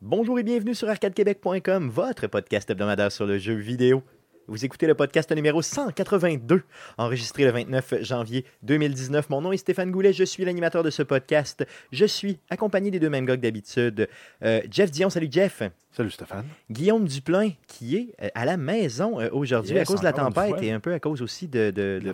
Bonjour et bienvenue sur arcadequebec.com, votre podcast hebdomadaire sur le jeu vidéo. Vous écoutez le podcast numéro 182, enregistré le 29 janvier 2019. Mon nom est Stéphane Goulet, je suis l'animateur de ce podcast. Je suis accompagné des deux mêmes gars que d'habitude. Jeff Dion, salut Jeff. Salut Stéphane. Guillaume Duplain, qui est à la maison aujourd'hui à cause de la tempête et un peu à cause aussi de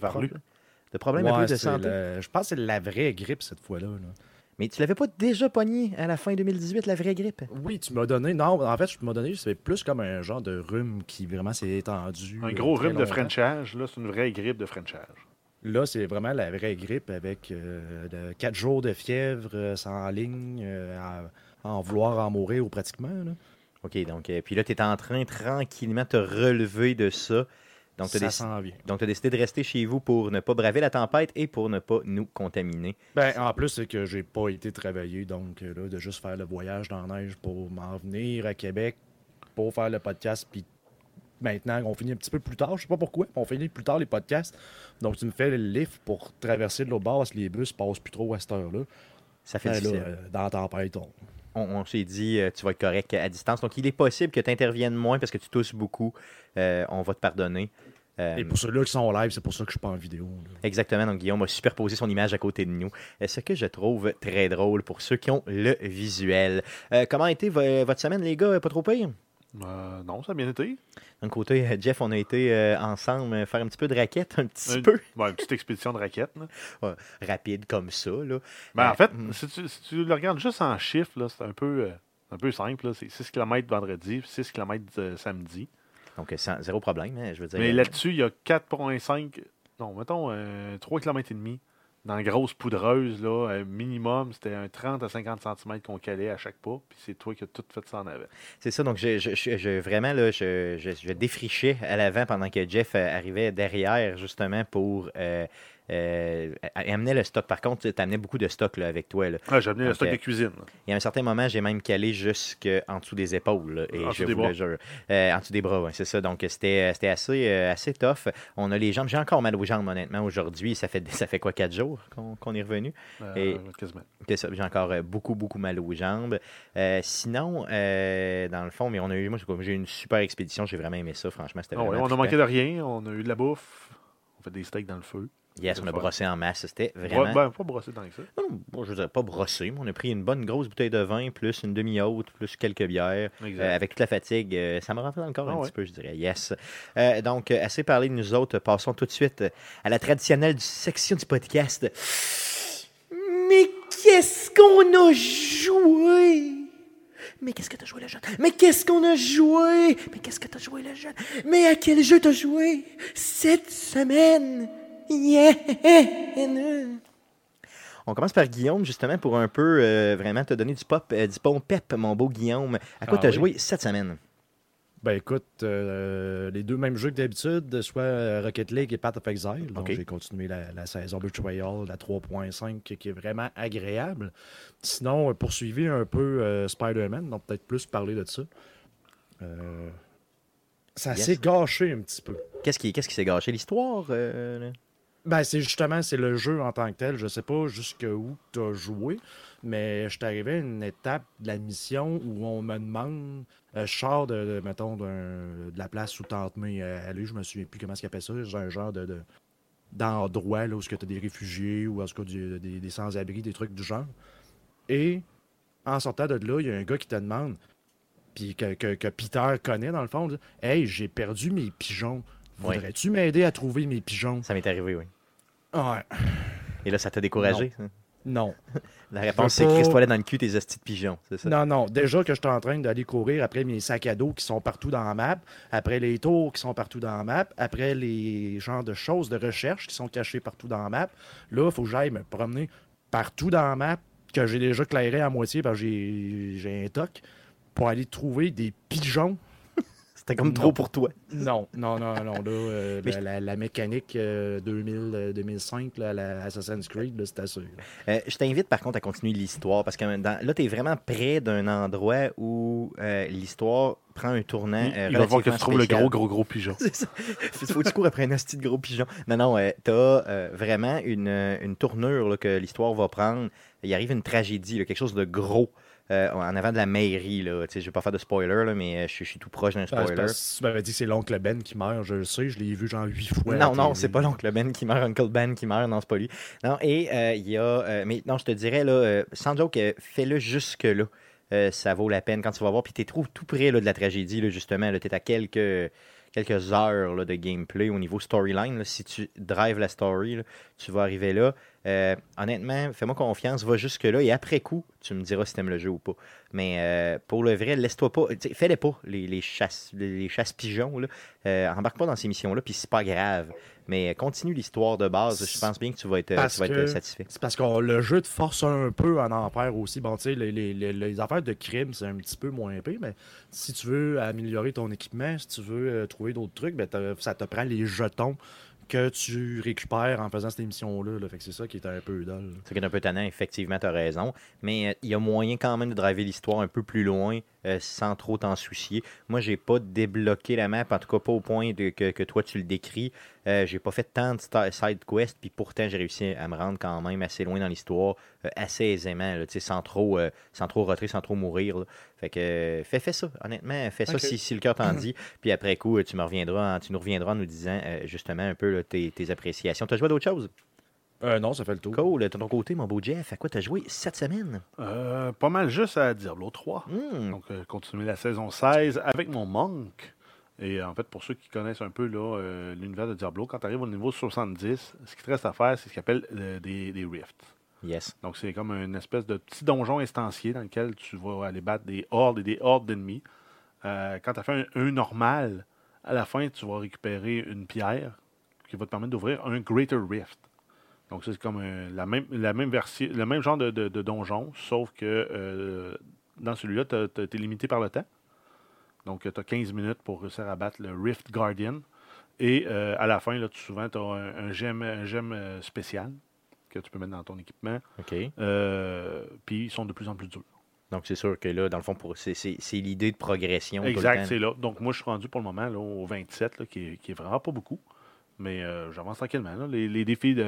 problèmes un peu de santé. Je pense que c'est la vraie grippe cette fois-là. Là. Mais tu l'avais pas déjà pogné à la fin 2018, la vraie grippe? Oui, tu m'as donné... Non, en fait, tu m'as donné, c'est plus comme un genre de rhume qui vraiment s'est étendu. Un gros rhume de Frenchage, là, c'est une vraie grippe de Frenchage. Là, c'est vraiment la vraie grippe avec 4 jours de fièvre sans ligne, en vouloir en mourir ou pratiquement. Là. OK, donc, puis là, tu es en train tranquillement de te relever de ça. Donc, ça s'en vient. Donc, tu as décidé de rester chez vous pour ne pas braver la tempête et pour ne pas nous contaminer. Ben, en plus, c'est que j'ai pas été travailler, donc là, de juste faire le voyage dans la neige pour m'en venir à Québec pour faire le podcast, puis maintenant, on finit un petit peu plus tard, je sais pas pourquoi, on finit plus tard les podcasts, donc tu me fais le lift pour traverser de l'autre bord parce que les bus passent plus trop à cette heure-là. Ça fait difficile. Là, dans la tempête, on s'est dit, tu vas être correct à distance. Donc, il est possible que tu interviennes moins parce que tu tousses beaucoup. On va te pardonner. Et pour ceux-là qui sont en live, c'est pour ça que je suis pas en vidéo. Là. Exactement. Donc, Guillaume a superposé son image à côté de nous. Ce que je trouve très drôle pour ceux qui ont le visuel. Comment a été votre semaine, les gars? Pas trop pire? Non, ça a bien été. D'un côté, Jeff, on a été ensemble faire un petit peu de raquette, un petit peu. Ouais, une petite expédition de raquette. Là. Rapide comme ça. Là. En fait, si tu le regardes juste en chiffres, là, c'est un peu simple. Là. C'est 6 km vendredi, 6 km samedi. Donc, zéro problème, hein, je veux dire. Mais là-dessus, il y a 4,5... Non, mettons 3 km et demi dans la grosse poudreuse, là, minimum, c'était un 30 à 50 cm qu'on calait à chaque pas, puis c'est toi qui as tout fait ça en avant. C'est ça, donc vraiment, là, je défrichais à l'avant pendant que Jeff arrivait derrière, justement, pour amener le stock. Par contre, tu amenais beaucoup de stock là, avec toi. Là. Ah, j'ai amené le stock de cuisine. Il y a un certain moment, j'ai même calé jusqu'en dessous des épaules. Là, et en dessous des bras. En dessous des bras, oui, c'est ça. Donc, c'était assez tough. On a les jambes. J'ai encore mal aux jambes, honnêtement, aujourd'hui. Ça fait quoi, 4 jours qu'on est revenu? Quasiment. C'est ça, j'ai encore beaucoup mal aux jambes. Sinon, dans le fond, mais moi, j'ai eu une super expédition. J'ai vraiment aimé ça, franchement. C'était vraiment on a manqué de rien. On a eu de la bouffe. On fait des steaks dans le feu. Yes, on a brossé en masse. C'était vraiment... pas brossé tant que ça. Non, je veux dire, pas brossé, mais on a pris une bonne grosse bouteille de vin, plus une demi-haute, plus quelques bières. Avec toute la fatigue, ça m'a rentré dans le corps un petit peu, je dirais. Yes. Donc, assez parlé de nous autres. Passons tout de suite à la traditionnelle section du podcast. Mais qu'est-ce qu'on a joué? Mais qu'est-ce que t'as joué le jeune? Mais qu'est-ce qu'on a joué? Mais qu'est-ce que t'as joué le jeune? Mais à quel jeu t'as joué cette semaine? Yeah! On commence par Guillaume, justement, pour un peu vraiment te donner du bon pep, mon beau Guillaume. À quoi tu as joué cette semaine? Ben écoute, les deux mêmes jeux que d'habitude, soit Rocket League et Path of Exile. Donc j'ai continué la saison Betrayal, la 3.5, qui est vraiment agréable. Sinon, poursuivi un peu Spider-Man, donc peut-être plus parler de ça. Ça s'est gâché un petit peu. Qu'est-ce qui s'est gâché? L'histoire? Ben, c'est le jeu en tant que tel. Je sais pas jusqu'où tu as joué, mais je suis arrivé à une étape de la mission où on me demande, je sors de la place où Tante May allait, je me souviens plus comment ils appellent ça, c'est un genre d'endroit là, où tu as des réfugiés ou en tout cas des sans-abri, des trucs du genre. Et en sortant de là, il y a un gars qui te demande, puis que Peter connaît dans le fond, dit, « Hey, j'ai perdu mes pigeons. Voudrais-tu m'aider à trouver mes pigeons? » Ça m'est arrivé, oui. Ouais. Et là, ça t'a découragé? Non. La réponse, c'est Chris-toi dans le cul tes hosties de pigeons, c'est ça? Non. Déjà que je suis en train d'aller courir après mes sacs à dos qui sont partout dans la map, après les tours qui sont partout dans la map, après les genres de choses de recherche qui sont cachées partout dans la map. Là, il faut que j'aille me promener partout dans la map, que j'ai déjà clairé à moitié parce que j'ai un toc, pour aller trouver des pigeons. C'était comme trop pour toi. Non. Là, la mécanique 2005, là, la Assassin's Creed, là, c'était sûr. Je t'invite par contre à continuer l'histoire parce que là, tu es vraiment près d'un endroit où l'histoire prend un tournant il va falloir que tu trouves le gros pigeon. C'est ça. Faut que tu cours après un hostie de gros pigeon. Non, tu as vraiment une tournure là, que l'histoire va prendre. Il arrive une tragédie, là, quelque chose de gros en avant de la mairie. Je ne vais pas faire de spoiler, là, mais je suis tout proche d'un spoiler. Tu m'avais dit que c'est l'oncle Ben qui meurt, je le sais, je l'ai vu genre 8 fois. Non, c'est pas l'oncle Ben qui meurt, Uncle Ben qui meurt, non, c'est pas lui. Non, et il y a... mais non, je te dirais, là, sans joke, fais-le jusque-là. Ça vaut la peine quand tu vas voir. Puis tu es tout près là, de la tragédie, là, justement. Tu es à quelques heures là, de gameplay au niveau storyline. Là. Si tu drives la story, là, tu vas arriver là. Honnêtement, fais-moi confiance, va jusque-là et après coup, tu me diras si tu aimes le jeu ou pas. Mais pour le vrai, laisse-toi pas. Fais-les pas, les chasse-pigeons. Embarque pas dans ces missions-là, puis c'est pas grave. Mais continue l'histoire de base. Je pense bien que tu vas être satisfait. C'est parce que le jeu te force un peu à en faire aussi. Bon, tu sais, les affaires de crime, c'est un petit peu moins épais, mais si tu veux améliorer ton équipement, si tu veux trouver d'autres trucs, ben, ça te prend les jetons que tu récupères en faisant cette émission-là. Fait que c'est ça qui est un peu idole. C'est qui est un peu tannant, effectivement, tu as raison. Mais il y a moyen quand même de driver l'histoire un peu plus loin sans trop t'en soucier. Moi, j'ai pas débloqué la map, en tout cas pas au point que toi tu le décris. J'ai pas fait tant de side quests, puis pourtant j'ai réussi à me rendre quand même assez loin dans l'histoire, assez aisément, là, sans trop rentrer, sans trop mourir. Là. Fait que fais ça, honnêtement, fais ça si le cœur t'en dit. Puis après coup, tu nous reviendras en nous disant justement un peu là, tes appréciations. T'as joué à d'autres choses? Non, ça fait le tour. Cool. De ton côté, mon beau Jeff, à quoi t'as joué cette semaine? Pas mal juste à Diablo 3. Donc, continuer la saison 16 avec mon Monk. Et en fait, pour ceux qui connaissent un peu là, l'univers de Diablo, quand tu arrives au niveau 70, ce qui te reste à faire, c'est ce qu'on appelle des rifts. Yes. Donc, c'est comme une espèce de petit donjon instancié dans lequel tu vas aller battre des hordes et des hordes d'ennemis. Quand tu as fait un normal, à la fin, tu vas récupérer une pierre qui va te permettre d'ouvrir un Greater Rift. Donc, c'est comme la même version, le même genre de donjon, sauf que dans celui-là, tu es limité par le temps. Donc, tu as 15 minutes pour réussir à battre le Rift Guardian. Et à la fin, là, souvent, tu as un gemme spécial que tu peux mettre dans ton équipement. OK. Puis, ils sont de plus en plus durs. Donc, c'est sûr que là, dans le fond, c'est l'idée de progression. Exact, c'est là. Donc, moi, je suis rendu pour le moment là, au 27, là, qui est vraiment pas beaucoup. Mais j'avance tranquillement. Là. Les défis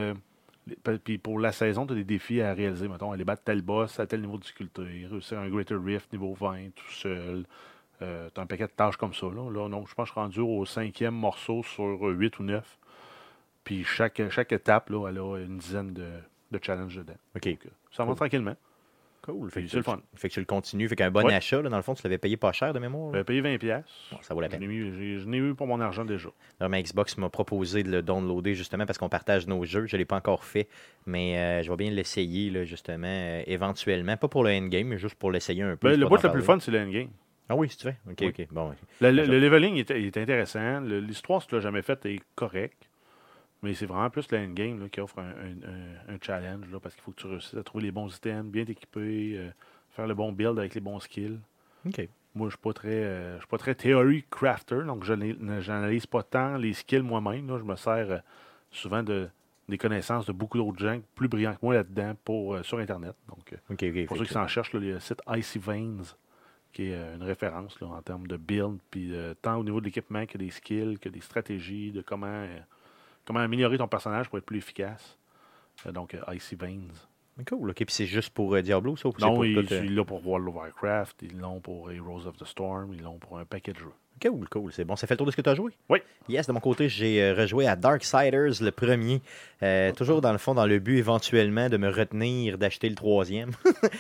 Puis pour la saison, tu as des défis à réaliser. Mettons, aller battre tel boss à tel niveau de difficulté, réussir un Greater Rift niveau 20 tout seul. Tu as un paquet de tâches comme ça. Là, donc, je pense que je suis rendu au 5e morceau sur 8 ou 9. Puis chaque étape, là, elle a une dizaine de challenges dedans. OK. Donc, ça va tranquillement. Cool. C'est le fun. Fait que tu le continues. Fait qu'un bon achat, là, dans le fond, tu l'avais payé pas cher de mémoire. J'avais payé 20$. Bon, ça vaut la peine. Je n'ai eu pour mon argent déjà. Alors, ma Xbox m'a proposé de le downloader justement parce qu'on partage nos jeux. Je ne l'ai pas encore fait, mais je vais bien l'essayer là, justement, éventuellement. Pas pour le endgame, mais juste pour l'essayer un peu. Le bout le plus fun, c'est le endgame. Ah oui, si tu veux. OK, oui. OK. Bon, le leveling est intéressant. L'histoire, si tu l'as jamais faite, est correcte. Mais c'est vraiment plus le endgame là, qui offre un challenge là, parce qu'il faut que tu réussisses à trouver les bons items, bien t'équiper, faire le bon build avec les bons skills. OK. Moi, je suis pas très theory crafter, donc je n'analyse pas tant les skills moi-même. Là. Je me sers souvent des connaissances de beaucoup d'autres gens plus brillants que moi là-dedans sur Internet. Donc, pour ceux qui s'en cherchent, là, le site Icy Veins, qui est une référence là, en termes de build, puis tant au niveau de l'équipement que des skills, que des stratégies, de comment améliorer ton personnage pour être plus efficace. Donc, Icy Veins. Cool. OK, puis c'est juste pour Diablo, ça? Non, ils l'ont pour World of Warcraft, ils l'ont pour Heroes of the Storm, ils l'ont pour un paquet de jeux. Cool. C'est bon. Ça fait le tour de ce que tu as joué? Oui. Yes, de mon côté, j'ai rejoué à Darksiders, le premier. Toujours, dans le fond, dans le but éventuellement de me retenir d'acheter le troisième.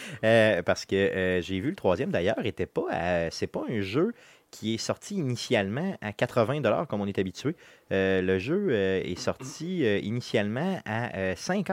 Parce que j'ai vu le troisième, d'ailleurs, c'est pas un jeu qui est sorti initialement à 80$ comme on est habitué. Le jeu est sorti initialement à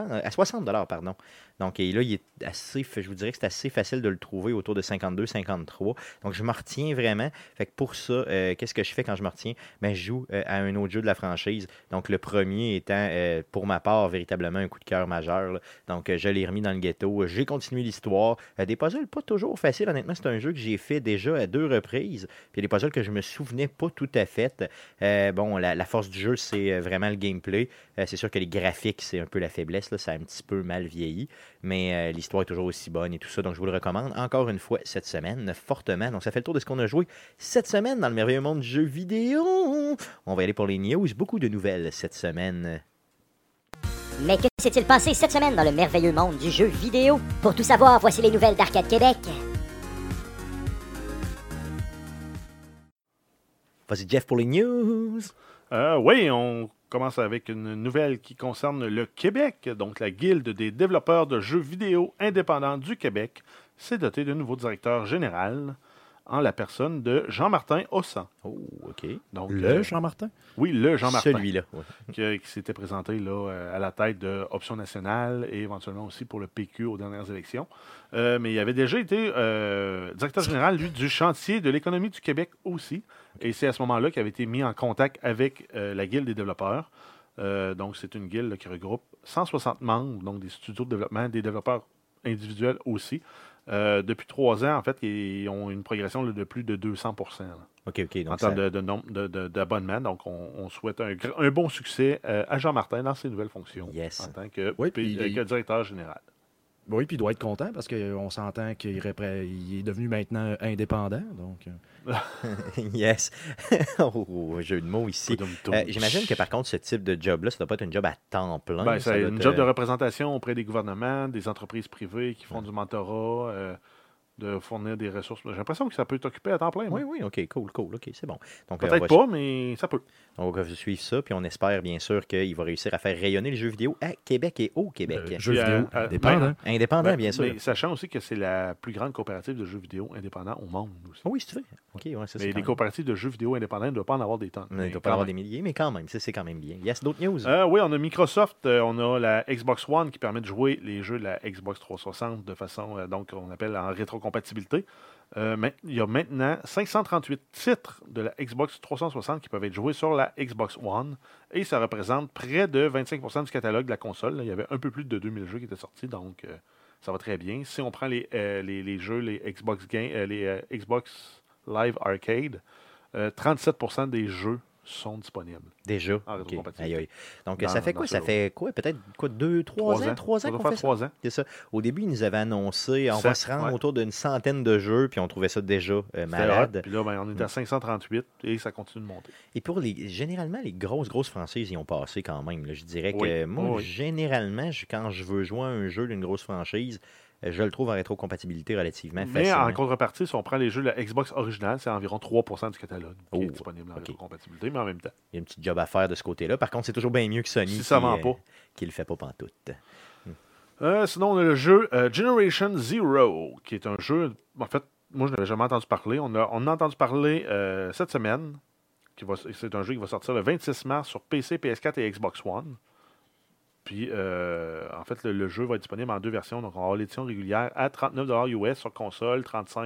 60$, pardon. Donc, et là, il est je vous dirais que c'est assez facile de le trouver autour de 52-53$. Donc, je me retiens vraiment. Fait que pour ça, qu'est-ce que je fais quand je me retiens? Je joue à un autre jeu de la franchise. Donc, le premier étant, pour ma part, véritablement un coup de cœur majeur. Là. Donc, je l'ai remis dans le ghetto. J'ai continué l'histoire. Des puzzles pas toujours faciles. Honnêtement, c'est un jeu que j'ai fait déjà à 2 reprises. Puis, des puzzles que je me souvenais pas tout à fait. La force du jeu, c'est vraiment le gameplay. C'est sûr que les graphiques, c'est un peu la faiblesse. Là. Ça a un petit peu mal vieilli. Mais l'histoire est toujours aussi bonne et tout ça. Donc, je vous le recommande encore une fois cette semaine, fortement. Donc, ça fait le tour de ce qu'on a joué cette semaine dans le merveilleux monde du jeu vidéo. On va y aller pour les news. Beaucoup de nouvelles cette semaine. Mais que s'est-il passé cette semaine dans le merveilleux monde du jeu vidéo? Pour tout savoir, voici les nouvelles d'Arcade Québec. Vas-y, Jeff, pour les news. Oui, on commence avec une nouvelle qui concerne le Québec. Donc, la Guilde des développeurs de jeux vidéo indépendants du Québec s'est dotée d'un nouveau directeur général en la personne de Jean-Martin Ossan. Oh, OK. Donc, Jean-Martin? Oui, le Jean-Martin. Celui-là. Ouais. Qui s'était présenté là, à la tête de Option nationale et éventuellement aussi pour le PQ aux dernières élections. Mais il avait déjà été directeur général, lui, du chantier de l'économie du Québec aussi. Et c'est à ce moment-là qu'il avait été mis en contact avec la Guilde des développeurs. Donc, c'est une guilde là, qui regroupe 160 membres, donc des studios de développement, des développeurs individuels aussi. Depuis 3 ans, en fait, ils ont une progression là, de plus de 200%. Là. OK. Donc en termes de nombre d'abonnements. Donc, on souhaite un bon succès à Jean-Martin dans ses nouvelles fonctions en tant que, que directeur général. Oui, puis il doit être content parce qu'on s'entend qu'il est devenu maintenant indépendant. Donc... Yes. Jeu de mots ici. J'imagine que par contre, ce type de job-là, ça ne doit pas être un job à temps plein. C'est un job de représentation auprès des gouvernements, des entreprises privées qui font du mentorat, de fournir des ressources. J'ai l'impression que ça peut t'occuper à temps plein. Oui, OK, cool, OK, c'est bon. Donc, peut-être pas, mais ça peut. On va suivre ça, puis on espère bien sûr qu'il va réussir à faire rayonner les jeux vidéo à Québec et au Québec. Jeux vidéo indépendants. Indépendants, bien sûr. Mais sachant aussi que c'est la plus grande coopérative de jeux vidéo indépendants au monde aussi. Oui, c'est vrai. OK, ouais, ça, mais les coopératives de jeux vidéo indépendants ne doivent pas en avoir des tonnes. Il ne doit pas en avoir des milliers, mais quand même, c'est quand même bien. Yes, d'autres news? Oui, on a Microsoft, on a la Xbox One qui permet de jouer les jeux de la Xbox 360 de façon, donc on appelle en rétrocompatibilité. Il y a maintenant 538 titres de la Xbox 360 qui peuvent être joués sur la Xbox One et ça représente près de 25% du catalogue de la console. Là, il y avait un peu plus de 2000 jeux qui étaient sortis, donc ça va très bien. Si on prend les jeux, les Xbox Live Arcade, 37% des jeux sont disponibles. Déjà? Okay. Aïe. Donc, ça fait quoi? Ça fait quoi? Peut-être 3 ans qu'on fait 3 ans. C'est ça. Au début, ils nous avaient annoncé, on va se rendre autour d'une centaine de jeux, puis on trouvait ça déjà malade. Puis là, on est à 538 et ça continue de monter. Et pour généralement, les grosses franchises y ont passé quand même. Là. Je dirais que moi, généralement, quand je veux jouer à un jeu d'une grosse franchise, je le trouve en rétrocompatibilité relativement facilement. Mais en contrepartie, si on prend les jeux de la Xbox originale, c'est environ 3% du catalogue qui est disponible en rétrocompatibilité, mais en même temps. Il y a une petite job à faire de ce côté-là. Par contre, c'est toujours bien mieux que Sony qui le fait pas pantoute. Sinon, on a le jeu Generation Zero, qui est un jeu... En fait, moi, je n'avais jamais entendu parler. On a entendu parler cette semaine. C'est un jeu qui va sortir le 26 mars sur PC, PS4 et Xbox One. Puis, en fait, le jeu va être disponible en 2 versions. Donc, on va avoir l'édition régulière à $39 US sur console,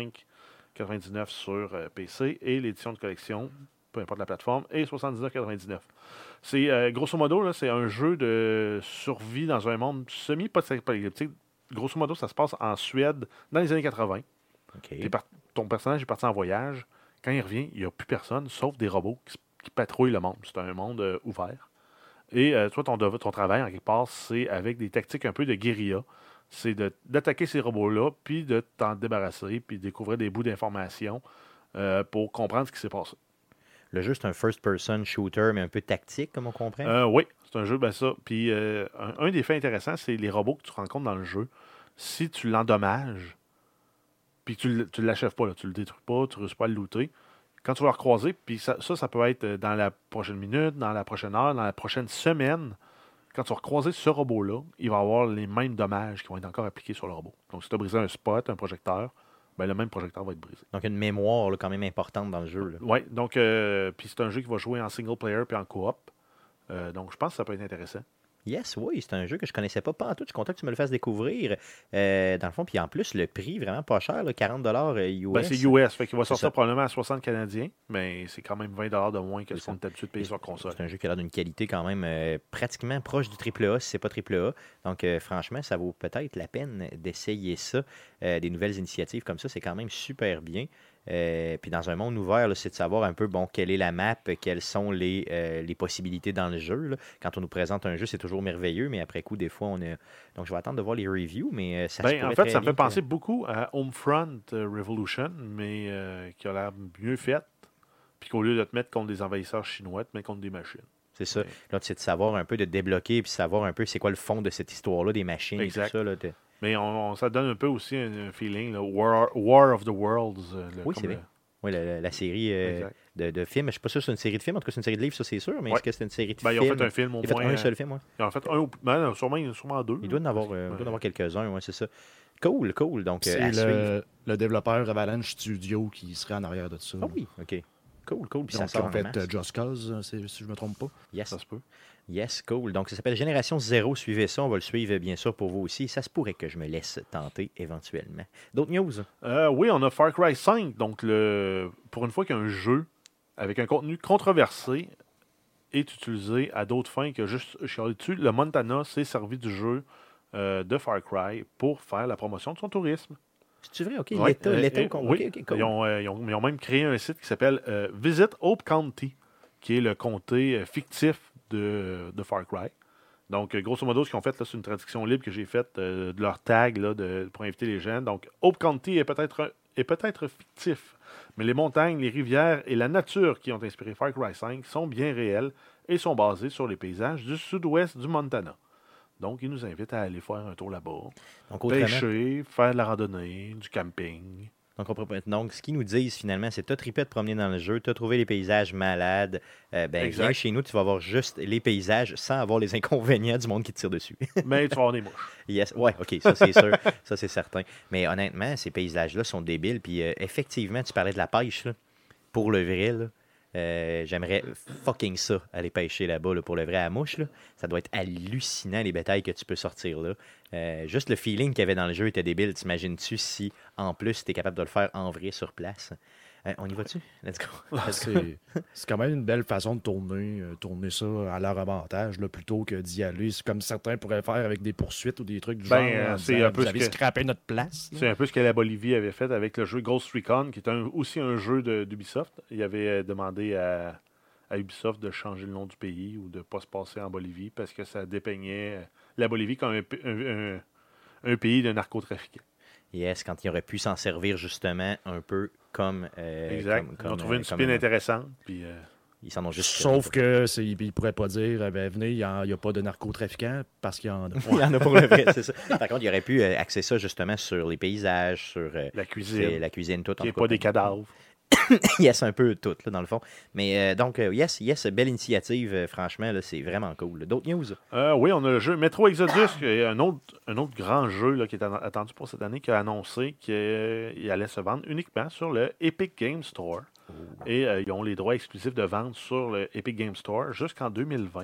$35,99 sur PC et l'édition de collection, peu importe la plateforme, et $79,99. C'est, grosso modo, là, c'est un jeu de survie dans un monde semi-post-apocalyptique. Grosso modo, ça se passe en Suède dans les années 80. Okay. Ton personnage est parti en voyage. Quand il revient, il n'y a plus personne, sauf des robots qui patrouillent le monde. C'est un monde ouvert. Et toi, ton travail, en quelque part, c'est avec des tactiques un peu de guérilla. C'est d'attaquer ces robots-là, puis de t'en débarrasser, puis de découvrir des bouts d'informations pour comprendre ce qui s'est passé. Le jeu, c'est un first-person shooter, mais un peu tactique, comme on comprend? Oui, c'est un jeu, ça. Puis un des faits intéressants, c'est les robots que tu rencontres dans le jeu. Si tu l'endommages, puis que tu ne l'achèves pas, là, tu le détruis pas, tu ne réussis pas à le looter, quand tu vas le recroiser, puis ça peut être dans la prochaine minute, dans la prochaine heure, dans la prochaine semaine, quand tu vas recroiser ce robot-là, il va avoir les mêmes dommages qui vont être encore appliqués sur le robot. Donc, si tu as brisé un spot, un projecteur, ben, le même projecteur va être brisé. Donc, une mémoire là, quand même importante dans le jeu. Oui, donc, puis c'est un jeu qui va jouer en single player puis en coop. Donc, je pense que ça peut être intéressant. Yes, oui, c'est un jeu que je connaissais pas en tout. Je suis content que tu me le fasses découvrir. Dans le fond, puis en plus, le prix, vraiment pas cher, là, $40 US. Ben, c'est US, fait qu'il va sortir probablement à 60 Canadiens, mais c'est quand même $20 de moins que ce qu'on est habitué de payer sur console. C'est un jeu qui a l'air d'une qualité quand même pratiquement proche du AAA, si c'est pas AAA. Donc, franchement, ça vaut peut-être la peine d'essayer ça. Des nouvelles initiatives comme ça, c'est quand même super bien. Puis dans un monde ouvert, là, c'est de savoir un peu quelle est la map, quelles sont les possibilités dans le jeu. Là. Quand on nous présente un jeu, c'est toujours merveilleux, mais après coup, des fois, on a... Donc, je vais attendre de voir les reviews, mais ça se pourrait en fait, ça me fait penser beaucoup à Homefront Revolution, mais qui a l'air mieux faite, puis qu'au lieu de te mettre contre des envahisseurs chinois, te mettre contre des machines. C'est ça. Là, c'est de savoir un peu, de débloquer, puis savoir un peu c'est quoi le fond de cette histoire-là, des machines exact. Et tout ça. Là, mais ça donne un peu aussi un feeling, là, War of the Worlds. Oui, c'est vrai. Oui, la série de films. Je ne suis pas sûr que c'est une série de films. En tout cas, c'est une série de livres, ça, c'est sûr. Mais est-ce que c'est une série de films? Ils ont fait un film au moins. Ils ont fait un seul film, oui. Ils ont fait sûrement deux. Il doit en avoir quelques-uns, oui, c'est ça. Cool. Donc, c'est le développeur Avalanche Studio qui serait en arrière de ça. Ah oui, OK. Cool. Puis donc, ça sort en fait Just Cause, si je ne me trompe pas. Yes. Ça se peut. Yes, cool. Donc, ça s'appelle Génération Zéro. Suivez ça. On va le suivre, bien sûr, pour vous aussi. Ça se pourrait que je me laisse tenter éventuellement. D'autres news? Oui, on a Far Cry 5. Donc, pour une fois qu'un jeu avec un contenu controversé est utilisé à d'autres fins que juste chialer dessus, le Montana s'est servi du jeu de Far Cry pour faire la promotion de son tourisme. C'est vrai? OK. Ouais, L'État oui. Okay, cool. Ils ont même créé un site qui s'appelle Visit Hope County, qui est le comté fictif de Far Cry. Donc, grosso modo, ce qu'ils ont fait, là, c'est une traduction libre que j'ai faite de leur tag là, pour inviter les gens. Donc, Hope County est peut-être fictif, mais les montagnes, les rivières et la nature qui ont inspiré Far Cry 5 sont bien réelles et sont basées sur les paysages du sud-ouest du Montana. Donc, ils nous invitent à aller faire un tour là-bas, pêcher, faire de la randonnée, du camping. Donc, ce qu'ils nous disent finalement, c'est que tu as trippé de promener dans le jeu, tu as trouvé les paysages malades. Viens chez nous, tu vas avoir juste les paysages sans avoir les inconvénients du monde qui te tire dessus. Mais tu vas avoir des mouches. Yes. Ouais, OK, ça c'est sûr. Ça c'est certain. Mais honnêtement, ces paysages-là sont débiles. Puis effectivement, tu parlais de la pêche. Là. Pour le vrai, là. J'aimerais fucking ça, aller pêcher là-bas là, pour le vrai à la mouche. Là. Ça doit être hallucinant, les bétails que tu peux sortir là. Juste le feeling qu'il y avait dans le jeu était débile. T'imagines-tu si, en plus, tu es capable de le faire en vrai sur place? On y va-tu? Let's go. C'est quand même une belle façon de tourner ça à leur avantage, là, plutôt que d'y aller. C'est comme certains pourraient faire avec des poursuites ou des trucs du genre. C'est un peu vous avez scrappé notre place. C'est un peu ce que la Bolivie avait fait avec le jeu Ghost Recon, qui est aussi un jeu d'Ubisoft. Il avait demandé à Ubisoft de changer le nom du pays ou de ne pas se passer en Bolivie parce que ça dépeignait la Bolivie comme un pays de narcotrafiquants. Yes, quand il aurait pu s'en servir justement un peu comme... exact. Ils ont trouvé une spin intéressante. Puis, ils s'en ont juste... Sauf qu'ils ne pourraient pas dire venez, il n'y a pas de narcotrafiquants parce qu'il y en a. Il y en a pour le vrai, c'est ça. Par contre, il aurait pu axer ça justement sur les paysages, sur la cuisine. La cuisine toute. Il n'y a pas des cadavres. Yes, un peu tout, là, dans le fond. Mais donc, yes, belle initiative, franchement, là, c'est vraiment cool. D'autres news? Oui, on a le jeu Metro Exodus, qui est un autre grand jeu là, qui est attendu pour cette année, qui a annoncé qu'il allait se vendre uniquement sur le Epic Game Store. Oh. Et ils ont les droits exclusifs de vente sur le Epic Game Store jusqu'en 2020.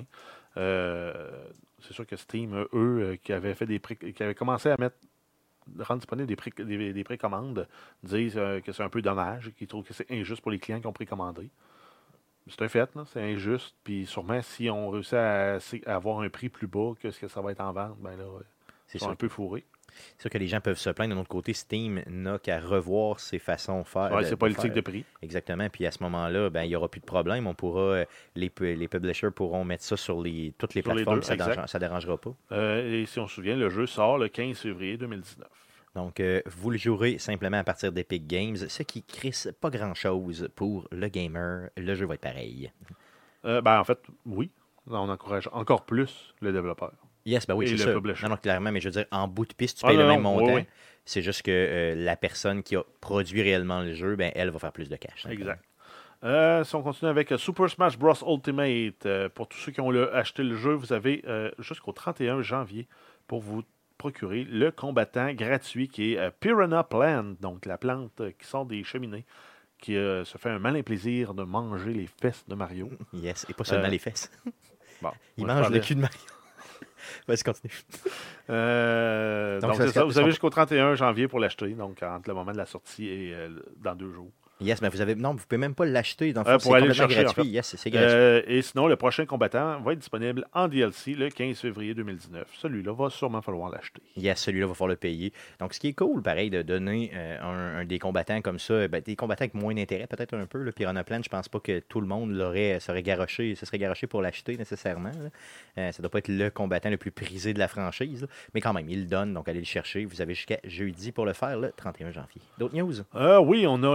C'est sûr que Steam, eux, qui avaient commencé à rendre disponible des précommandes, disent que c'est un peu dommage, qu'ils trouvent que c'est injuste pour les clients qui ont précommandé. C'est un fait, là, c'est injuste. Puis sûrement, si on réussit à avoir un prix plus bas que ce que ça va être en vente, ben là, ils sont un peu fourrés. C'est sûr que les gens peuvent se plaindre. De notre côté, Steam n'a qu'à revoir ses façons de faire. Oui, c'est politique de prix. Exactement. Puis à ce moment-là, il n'y aura plus de problème. On pourra, les publishers pourront mettre ça sur toutes les plateformes. Ça ne dérangera pas. Et si on se souvient, le jeu sort le 15 février 2019. Donc, vous le jouerez simplement à partir d'Epic Games, ce qui crisse pas grand-chose pour le gamer. Le jeu va être pareil. En fait, oui. On encourage encore plus le développeur. Yes, oui, c'est ça. Non, clairement, mais je veux dire, en bout de piste, tu payes le même montant. Oui. C'est juste que la personne qui a produit réellement le jeu, elle va faire plus de cash. Exact. Si on continue avec Super Smash Bros. Ultimate, pour tous ceux qui ont acheté le jeu, vous avez jusqu'au 31 janvier pour vous procurer le combattant gratuit qui est Piranha Plant, donc la plante qui sort des cheminées, qui se fait un malin plaisir de manger les fesses de Mario. Yes, et pas seulement les fesses. Bon, il mange le cul de Mario. Vas-y, continue. Donc c'est ça, vous avez jusqu'au 31 janvier pour l'acheter, donc entre le moment de la sortie et dans 2 jours. Yes, mais vous pouvez même pas l'acheter. Dans le fond, pour aller le chercher, gratuit. En fait. Yes, c'est gratuit. Et sinon, le prochain combattant va être disponible en DLC le 15 février 2019. Celui-là va sûrement falloir l'acheter. Yes, celui-là va falloir le payer. Donc, ce qui est cool, pareil, de donner un des combattants comme ça, des combattants avec moins d'intérêt, peut-être un peu. Le Piranha Plant, je pense pas que tout le monde serait garoché pour l'acheter nécessairement. Ça doit pas être le combattant le plus prisé de la franchise. Là. Mais quand même, il le donne, donc allez le chercher. Vous avez jusqu'à jeudi pour le faire, le 31 janvier. D'autres news? Oui, on a la compagnie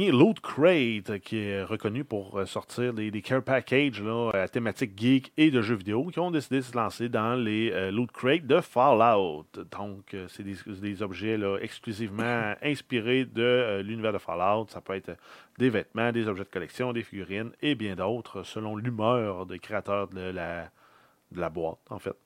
compagnie Loot Crate, qui est reconnue pour sortir des care packages là, à thématique geek et de jeux vidéo, qui ont décidé de se lancer dans les Loot Crate de Fallout. Donc, c'est des objets là, exclusivement inspirés de l'univers de Fallout. Ça peut être des vêtements, des objets de collection, des figurines et bien d'autres, selon l'humeur des créateurs de la boîte, en fait.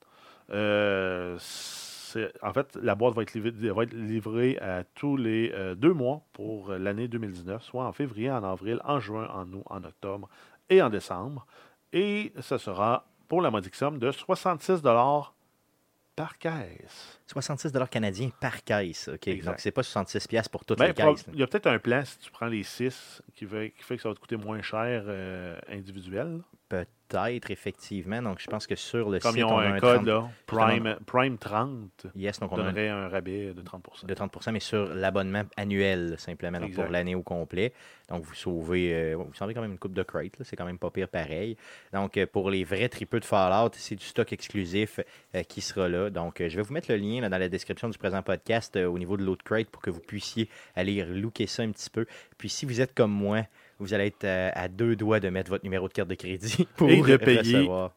En fait, la boîte va être livrée à tous les 2 mois pour l'année 2019, soit en février, en avril, en juin, en août, en octobre et en décembre. Et ce sera pour la modique somme de 66$ par caisse. 66$ canadiens par caisse. OK. Exact. Donc, c'est pas 66$ pour toutes les caisses. Il y a peut-être un plan si tu prends les 6 qui fait que ça va te coûter moins cher individuel. Peut-être, effectivement. Donc, je pense que sur le Comme site, ils ont on a un code, 30... là, Prime 30, yes, donc on donnerait un rabais de 30%. De 30%, mais sur l'abonnement annuel, simplement, donc pour l'année au complet. Donc, vous sauvez quand même une coupe de crate. Là. C'est quand même pas pire pareil. Donc, pour les vrais tripeux de Fallout, c'est du stock exclusif qui sera là. Donc, je vais vous mettre le lien là, dans la description du présent podcast au niveau de Loot Crate pour que vous puissiez aller looker ça un petit peu. Puis, si vous êtes comme moi, vous allez être à 2 doigts de mettre votre numéro de carte de crédit pour recevoir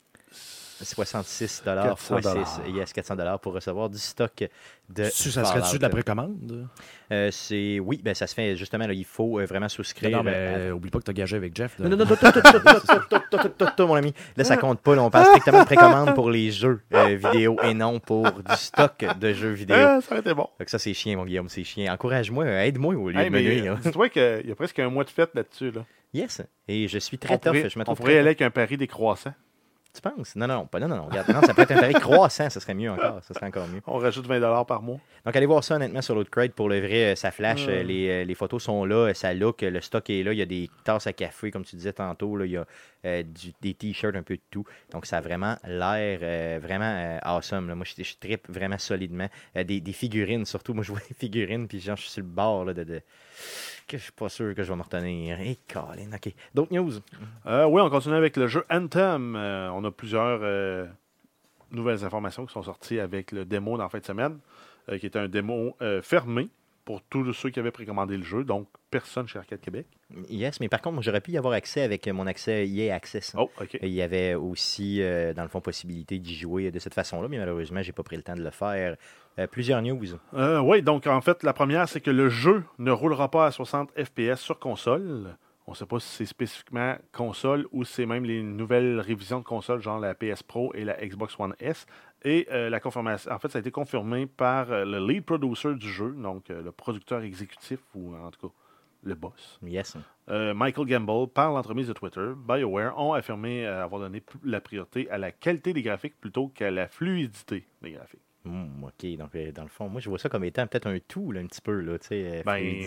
66$ fois 6. Yes, 400$ pour recevoir du stock de ça serait-tu de la précommande? Oui, ben ça se fait justement, là, il faut vraiment souscrire. Non, mais oublie pas que tu as gagé avec Jeff. Non, mon ami. Là, ça compte pas. Là, on parle strictement de précommande pour les jeux vidéo et non pour du stock de jeux vidéo. Ça aurait été bon. Donc ça, c'est chiant, mon Guillaume, c'est chiant. Encourage-moi, aide-moi au lieu de me nuire. Dis-toi qu'il y a presque un mois de fête là-dessus. Là. Yes, et je suis très tough. On pourrait aller avec un pari décroissant. Tu penses? Non, regarde. Non, ça peut être un pari croissant, ça serait mieux encore. Ça serait encore mieux. On rajoute 20$ par mois. Donc, allez voir ça honnêtement sur Loot Crate. Pour le vrai, ça flash. Les photos sont là, ça look, le stock est là. Il y a des tasses à café, comme tu disais tantôt. Là, il y a des t-shirts, un peu de tout. Donc, ça a vraiment l'air vraiment awesome. Là. Moi, je trippe vraiment solidement. Des figurines, surtout. Moi, je vois des figurines, puis genre, je suis sur le bord là, que je suis pas sûr que je vais me retenir. Et Colin, OK. D'autres news? Oui, on continue avec le jeu Anthem. On a plusieurs nouvelles informations qui sont sorties avec le démo dans la fin de semaine, qui est un démo fermé pour tous ceux qui avaient précommandé le jeu, donc personne chez Arcade Québec. Yes, mais par contre, j'aurais pu y avoir accès avec mon accès EA Access. Oh, OK. Il y avait aussi, dans le fond, possibilité d'y jouer de cette façon-là, mais malheureusement, j'ai pas pris le temps de le faire. Plusieurs news. Oui, donc en fait, la première, c'est que le jeu ne roulera pas à 60 FPS sur console. On ne sait pas si c'est spécifiquement console ou c'est même les nouvelles révisions de console, genre la PS Pro et la Xbox One S. Et la confirmation, en fait, ça a été confirmé par le lead producer du jeu, donc le producteur exécutif, ou en tout cas le boss. Yes. Michael Gamble, par l'entremise de Twitter, BioWare ont affirmé avoir donné la priorité à la qualité des graphiques plutôt qu'à la fluidité des graphiques. OK, donc dans le fond, moi je vois ça comme étant peut-être un tout, là, un petit peu, là, tu sais,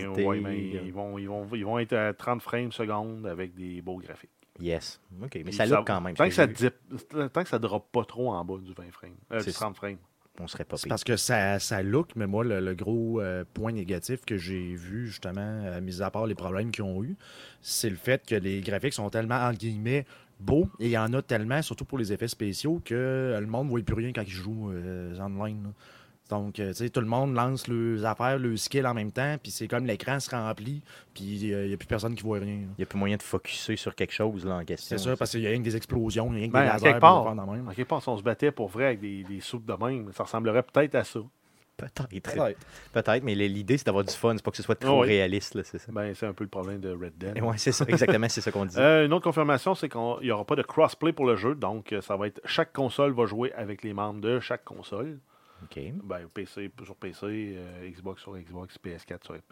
ils vont être à 30 frames secondes avec des beaux graphiques. Yes, OK, mais ça look quand même. Tant que ça ne drop pas trop en bas du 20 frames, du 30 frames. On serait pas pire. C'est parce que ça look, mais moi, le gros point négatif que j'ai vu, justement, mis à part les problèmes qu'ils ont eu, c'est le fait que les graphiques sont tellement, entre guillemets, beaux, et il y en a tellement, surtout pour les effets spéciaux, que le monde ne voit plus rien quand ils jouent online. Là. Donc, tu sais, tout le monde lance leurs affaires, leurs skills en même temps, puis c'est comme l'écran se remplit, puis il n'y a plus personne qui voit rien. Il n'y a plus moyen de focusser sur quelque chose là, en question. C'est ça, parce qu'il y a rien que des explosions, il y a rien que des lasers. En quelque part, si on se battait pour vrai avec des soupes de même, ça ressemblerait peut-être à ça. Peut-être, mais l'idée, c'est d'avoir du fun. C'est pas que ce soit trop réaliste. Là, c'est ça. C'est un peu le problème de Red Dead. Oui, c'est ça, exactement, c'est ça qu'on dit. Une autre confirmation, c'est qu'il n'y aura pas de crossplay pour le jeu. Donc, ça va être chaque console va jouer avec les membres de chaque console. OK. PC sur PC, Xbox sur Xbox, PS4 sur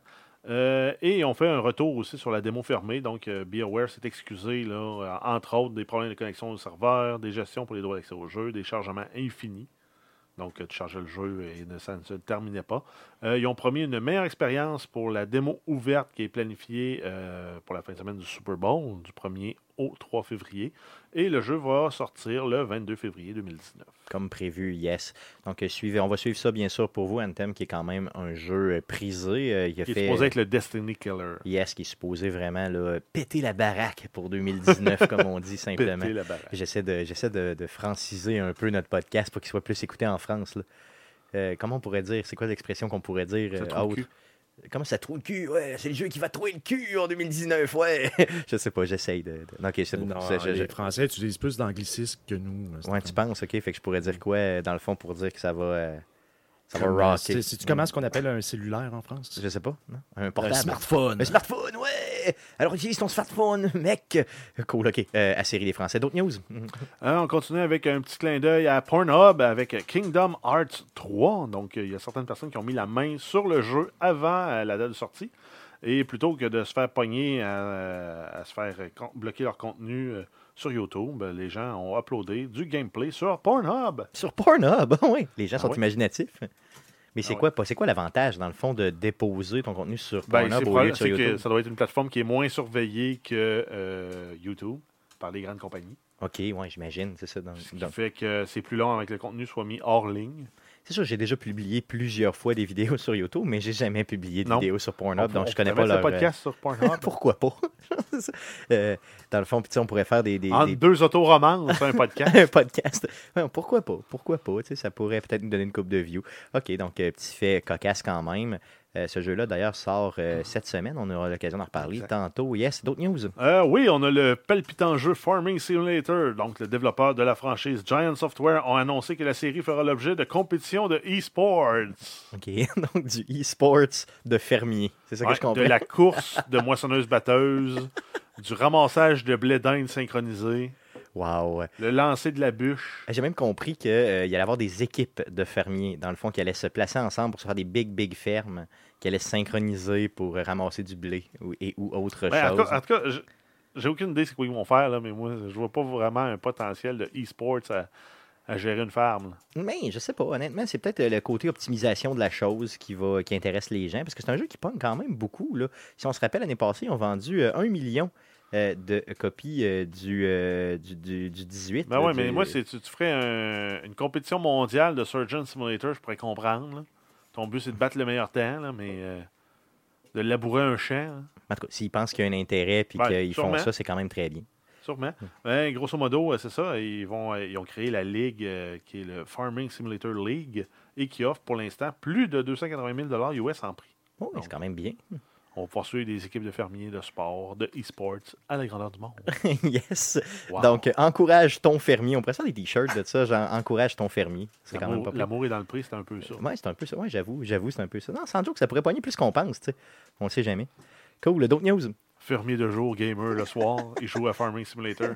PS4. Et on fait un retour aussi sur la démo fermée. Donc, BioWare s'est excusé, là, entre autres, des problèmes de connexion au serveur, des gestions pour les droits d'accès au jeu, des chargements infinis. Donc, tu chargeais le jeu et ça ne se terminait pas. Ils ont promis une meilleure expérience pour la démo ouverte qui est planifiée pour la fin de semaine du Super Bowl, du 1er au 3 février. Et le jeu va sortir le 22 février 2019. Comme prévu, yes. Donc, on va suivre ça, bien sûr, pour vous, Anthem, qui est quand même un jeu prisé. Qui est supposé être le Destiny Killer. Yes, qui est supposé vraiment là, péter la baraque pour 2019, comme on dit simplement. Péter la baraque. J'essaie de franciser un peu notre podcast pour qu'il soit plus écouté en France. Là. Comment on pourrait dire? C'est quoi l'expression qu'on pourrait dire? Comment ça trouve le cul? Ouais, c'est le jeu qui va trouver le cul en 2019, ouais. Je sais pas, j'essaye de... Non, ok, c'est bon. Non, les Français utilisent plus d'anglicisme que nous. Ouais, tu penses, ok. Fait que je pourrais dire quoi, dans le fond, pour dire que ça va rocker. C'est-tu comment ce qu'on appelle un cellulaire en France? Je sais pas, non? Un portable. Un smartphone. Un smartphone, ouais! Alors, utilise ton smartphone, mec! Cool, ok. À série des Français. D'autres news? On continue avec un petit clin d'œil à Pornhub avec Kingdom Hearts 3. Donc, il y a certaines personnes qui ont mis la main sur le jeu avant la date de sortie. Et plutôt que de se faire pogner à se faire bloquer leur contenu sur YouTube, les gens ont uploadé du gameplay sur Pornhub. Sur Pornhub, oui. Les gens sont imaginatifs. Mais c'est quoi l'avantage, dans le fond, de déposer ton contenu sur Pornhub au lieu de sur YouTube? Ça doit être une plateforme qui est moins surveillée que YouTube par les grandes compagnies. OK, oui, j'imagine. C'est ça. Ce qui fait que c'est plus long avec le contenu soit mis hors ligne. C'est sûr, j'ai déjà publié plusieurs fois des vidéos sur YouTube, mais j'ai jamais publié de vidéos sur Pornhub, donc je connais pas leur... podcast sur Pornhub? Pourquoi pas? Dans le fond, on pourrait faire des... deux autoromances, un podcast. Un podcast. Ouais, pourquoi pas? Ça pourrait peut-être nous donner une coupe de views. OK, donc petit fait cocasse quand même. Ce jeu-là, d'ailleurs, sort cette semaine. On aura l'occasion d'en reparler tantôt. Yes, d'autres news? Oui, on a le palpitant jeu Farming Simulator. Donc, le développeur de la franchise Giant Software a annoncé que la série fera l'objet de compétitions de e-sports. OK, donc du e-sports de fermier. C'est ça que je comprends. De la course de moissonneuse-batteuse, du ramassage de blé d'Inde synchronisé. Wow. Le lancer de la bûche. J'ai même compris qu'il allait y avoir des équipes de fermiers, dans le fond, qui allaient se placer ensemble pour se faire des big fermes, qui allaient se synchroniser pour ramasser du blé ou autre chose. En tout cas, j'ai aucune idée de ce qu'ils vont faire, là, mais moi, je vois pas vraiment un potentiel de e-sports à gérer une ferme. Là. Mais je sais pas, honnêtement, c'est peut-être le côté optimisation de la chose qui intéresse les gens, parce que c'est un jeu qui pogne quand même beaucoup. Là. Si on se rappelle, l'année passée, ils ont vendu 1 million de copies du 18. Ben oui, mais moi, tu ferais une compétition mondiale de Surgeon Simulator, je pourrais comprendre. Là. Ton but, c'est de battre le meilleur temps, là, mais de labourer un champ. Hein. En tout cas, s'ils pensent qu'il y a un intérêt et qu'ils font ça, c'est quand même très bien. Sûrement. Ben, grosso modo, c'est ça. Ils ont créé la ligue qui est le Farming Simulator League et qui offre pour l'instant plus de 280 000 US en prix. Oh, c'est quand même bien. On va poursuivre des équipes de fermiers, de sport, de e-sports à la grandeur du monde. Yes. Wow. Donc, encourage ton fermier. On pourrait faire des t-shirts de ça, genre encourage ton fermier. C'est quand même pas l'amour est dans le prix, c'est un peu ça. Oui, c'est un peu ça. Ouais, j'avoue, c'est un peu ça. Non, sans doute que ça pourrait pogner plus qu'on pense, tu sais. On le sait jamais. Cool. D'autres news? Fermier de jour, gamer le soir, il joue à Farming Simulator.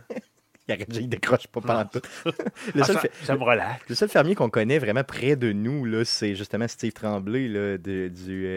Il décroche pas pendant tout. Ça me relaxe. Le seul fermier qu'on connaît vraiment près de nous, là, c'est justement Steve Tremblay là, du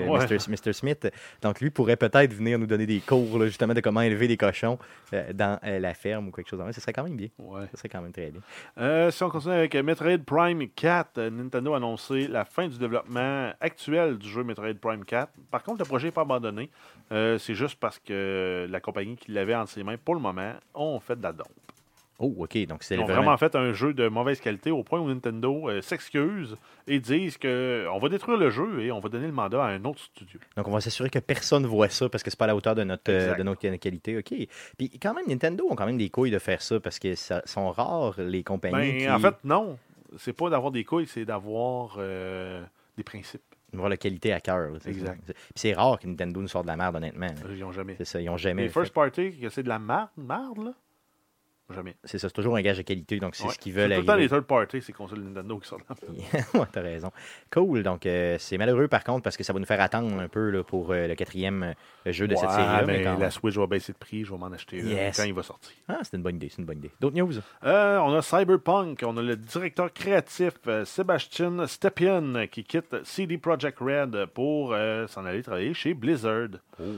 Mr. Smith. Donc, lui pourrait peut-être venir nous donner des cours là, justement de comment élever des cochons dans la ferme ou quelque chose. Ce serait quand même bien. Ouais. Ce serait quand même très bien. Si on continue avec Metroid Prime 4, Nintendo a annoncé la fin du développement actuel du jeu Metroid Prime 4. Par contre, le projet n'est pas abandonné. C'est juste parce que la compagnie qui l'avait entre ses mains pour le moment ont fait de la dompe. Oh, OK. Donc, ils ont vraiment fait un jeu de mauvaise qualité au point où Nintendo s'excuse et disent qu'on va détruire le jeu et on va donner le mandat à un autre studio. Donc, on va s'assurer que personne ne voit ça parce que c'est pas à la hauteur de notre qualité. OK. Puis, quand même, Nintendo ont quand même des couilles de faire ça parce que ça sont rares les compagnies En fait, non. C'est pas d'avoir des couilles, c'est d'avoir des principes. Avoir la qualité à cœur. Exact. Puis c'est rare que Nintendo nous sorte de la merde, honnêtement. Ils n'ont jamais. C'est ça, ils n'ont jamais. Les first party, c'est de la merde, là? Jamais. C'est ça, c'est toujours un gage de qualité, donc c'est ce qu'ils veulent. C'est tout le temps les third party, ces consoles Nintendo qui sortent là. Ouais, t'as raison. Cool, donc c'est malheureux par contre parce que ça va nous faire attendre un peu là, pour le 4e jeu de cette série-là. Mais la Switch va baisser de prix, je vais m'en acheter quand il va sortir. Ah, c'est une bonne idée, D'autres news? On a Cyberpunk, on a le directeur créatif Sebastian Stepien qui quitte CD Projekt Red pour s'en aller travailler chez Blizzard.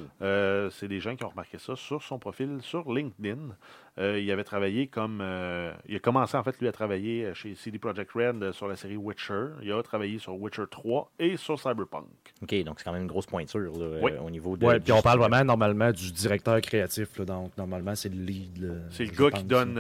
C'est des gens qui ont remarqué ça sur son profil sur LinkedIn. Il avait travaillé il a commencé en fait lui à travailler chez CD Projekt Red sur la série Witcher. Il a travaillé sur Witcher 3 et sur Cyberpunk. OK, donc c'est quand même une grosse pointure là, au niveau de... Oui, puis on parle vraiment normalement du directeur créatif. Là, donc normalement, c'est le lead. C'est le gars qui donne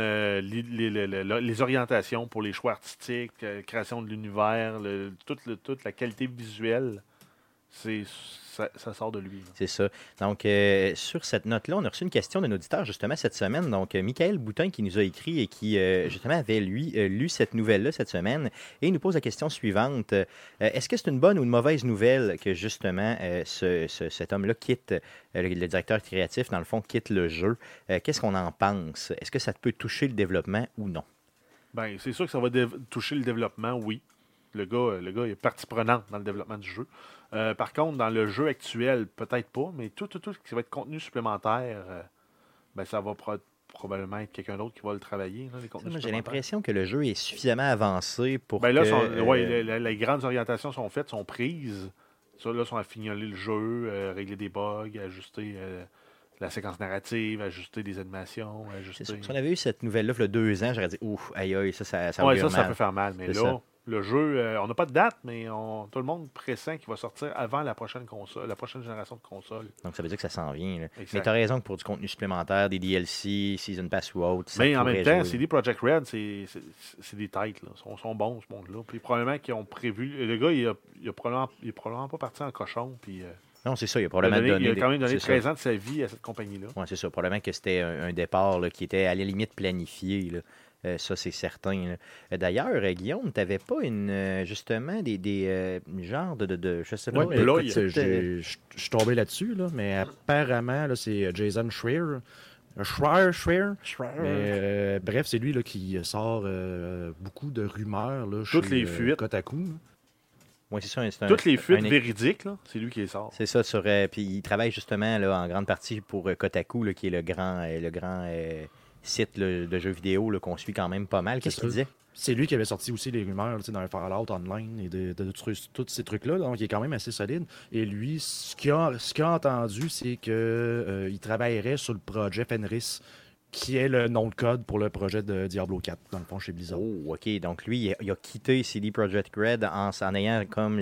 les orientations pour les choix artistiques, création de l'univers, toute la qualité visuelle ça sort de lui. C'est ça. Donc, sur cette note-là, on a reçu une question d'un auditeur, justement, cette semaine. Donc, Michael Boutin qui nous a écrit et qui, justement, avait, lui, lu cette nouvelle-là cette semaine. Et il nous pose la question suivante. Est-ce que c'est une bonne ou une mauvaise nouvelle que, justement, cet homme-là quitte, le directeur créatif, dans le fond, quitte le jeu? Qu'est-ce qu'on en pense? Est-ce que ça peut toucher le développement ou non? Bien, c'est sûr que ça va toucher le développement, oui. Le gars est partie prenante dans le développement du jeu. Par contre, dans le jeu actuel, peut-être pas, mais tout ce qui va être contenu supplémentaire, ça va probablement être quelqu'un d'autre qui va le travailler. Là, moi, j'ai l'impression que le jeu est suffisamment avancé pour là, que... les grandes orientations sont faites, sont prises. Ça, là, sont à fignoler le jeu, régler des bugs, ajuster la séquence narrative, ajuster des animations, ajuster... Si on avait eu cette nouvelle-là il y a 2 ans, j'aurais dit « Ouf, aïe, aïe, ça augure mal. Ça peut faire mal, mais là... Le jeu, on n'a pas de date, mais tout le monde pressent qu'il va sortir avant la prochaine génération de consoles. Donc, ça veut dire que ça s'en vient. Là. Mais tu as raison que pour du contenu supplémentaire, des DLC, Season Pass ou autre, mais en même temps, CD Projekt Red, c'est des têtes. Là. Ils sont bons, ce monde-là. Puis probablement qu'ils ont prévu... Le gars, il est probablement pas parti en cochon. Puis, non, c'est ça. Il a probablement il a quand même donné 13 ans de sa vie à cette compagnie-là. Oui, c'est ça. Probablement que c'était un départ là, qui était à la limite planifié. Là. Ça, c'est certain. Là. D'ailleurs, Guillaume, tu n'avais pas justement des genres de je sais pas. Oui, je suis tombé là-dessus, là, mais apparemment, là, c'est Jason Schreier. Schreier. Bref, c'est lui là, qui sort beaucoup de rumeurs là, toutes les fuites. Kotaku. Oui, c'est ça. Toutes les fuites véridiques, là, c'est lui qui les sort. C'est ça. Puis il travaille justement là, en grande partie pour Kotaku, là, qui est le grand site là, de jeux vidéo là, qu'on suit quand même pas mal. Qu'est-ce qu'il disait? C'est lui qui avait sorti aussi les rumeurs là, dans le Fallout Online et de tous ces trucs-là. Donc, il est quand même assez solide. Et lui, ce qu'il a entendu, c'est qu'il travaillerait sur le projet Fenris, qui est le nom de code pour le projet de Diablo 4, dans le fond, chez Blizzard. Oh, OK. Donc, lui, il a quitté CD Projekt Red en ayant comme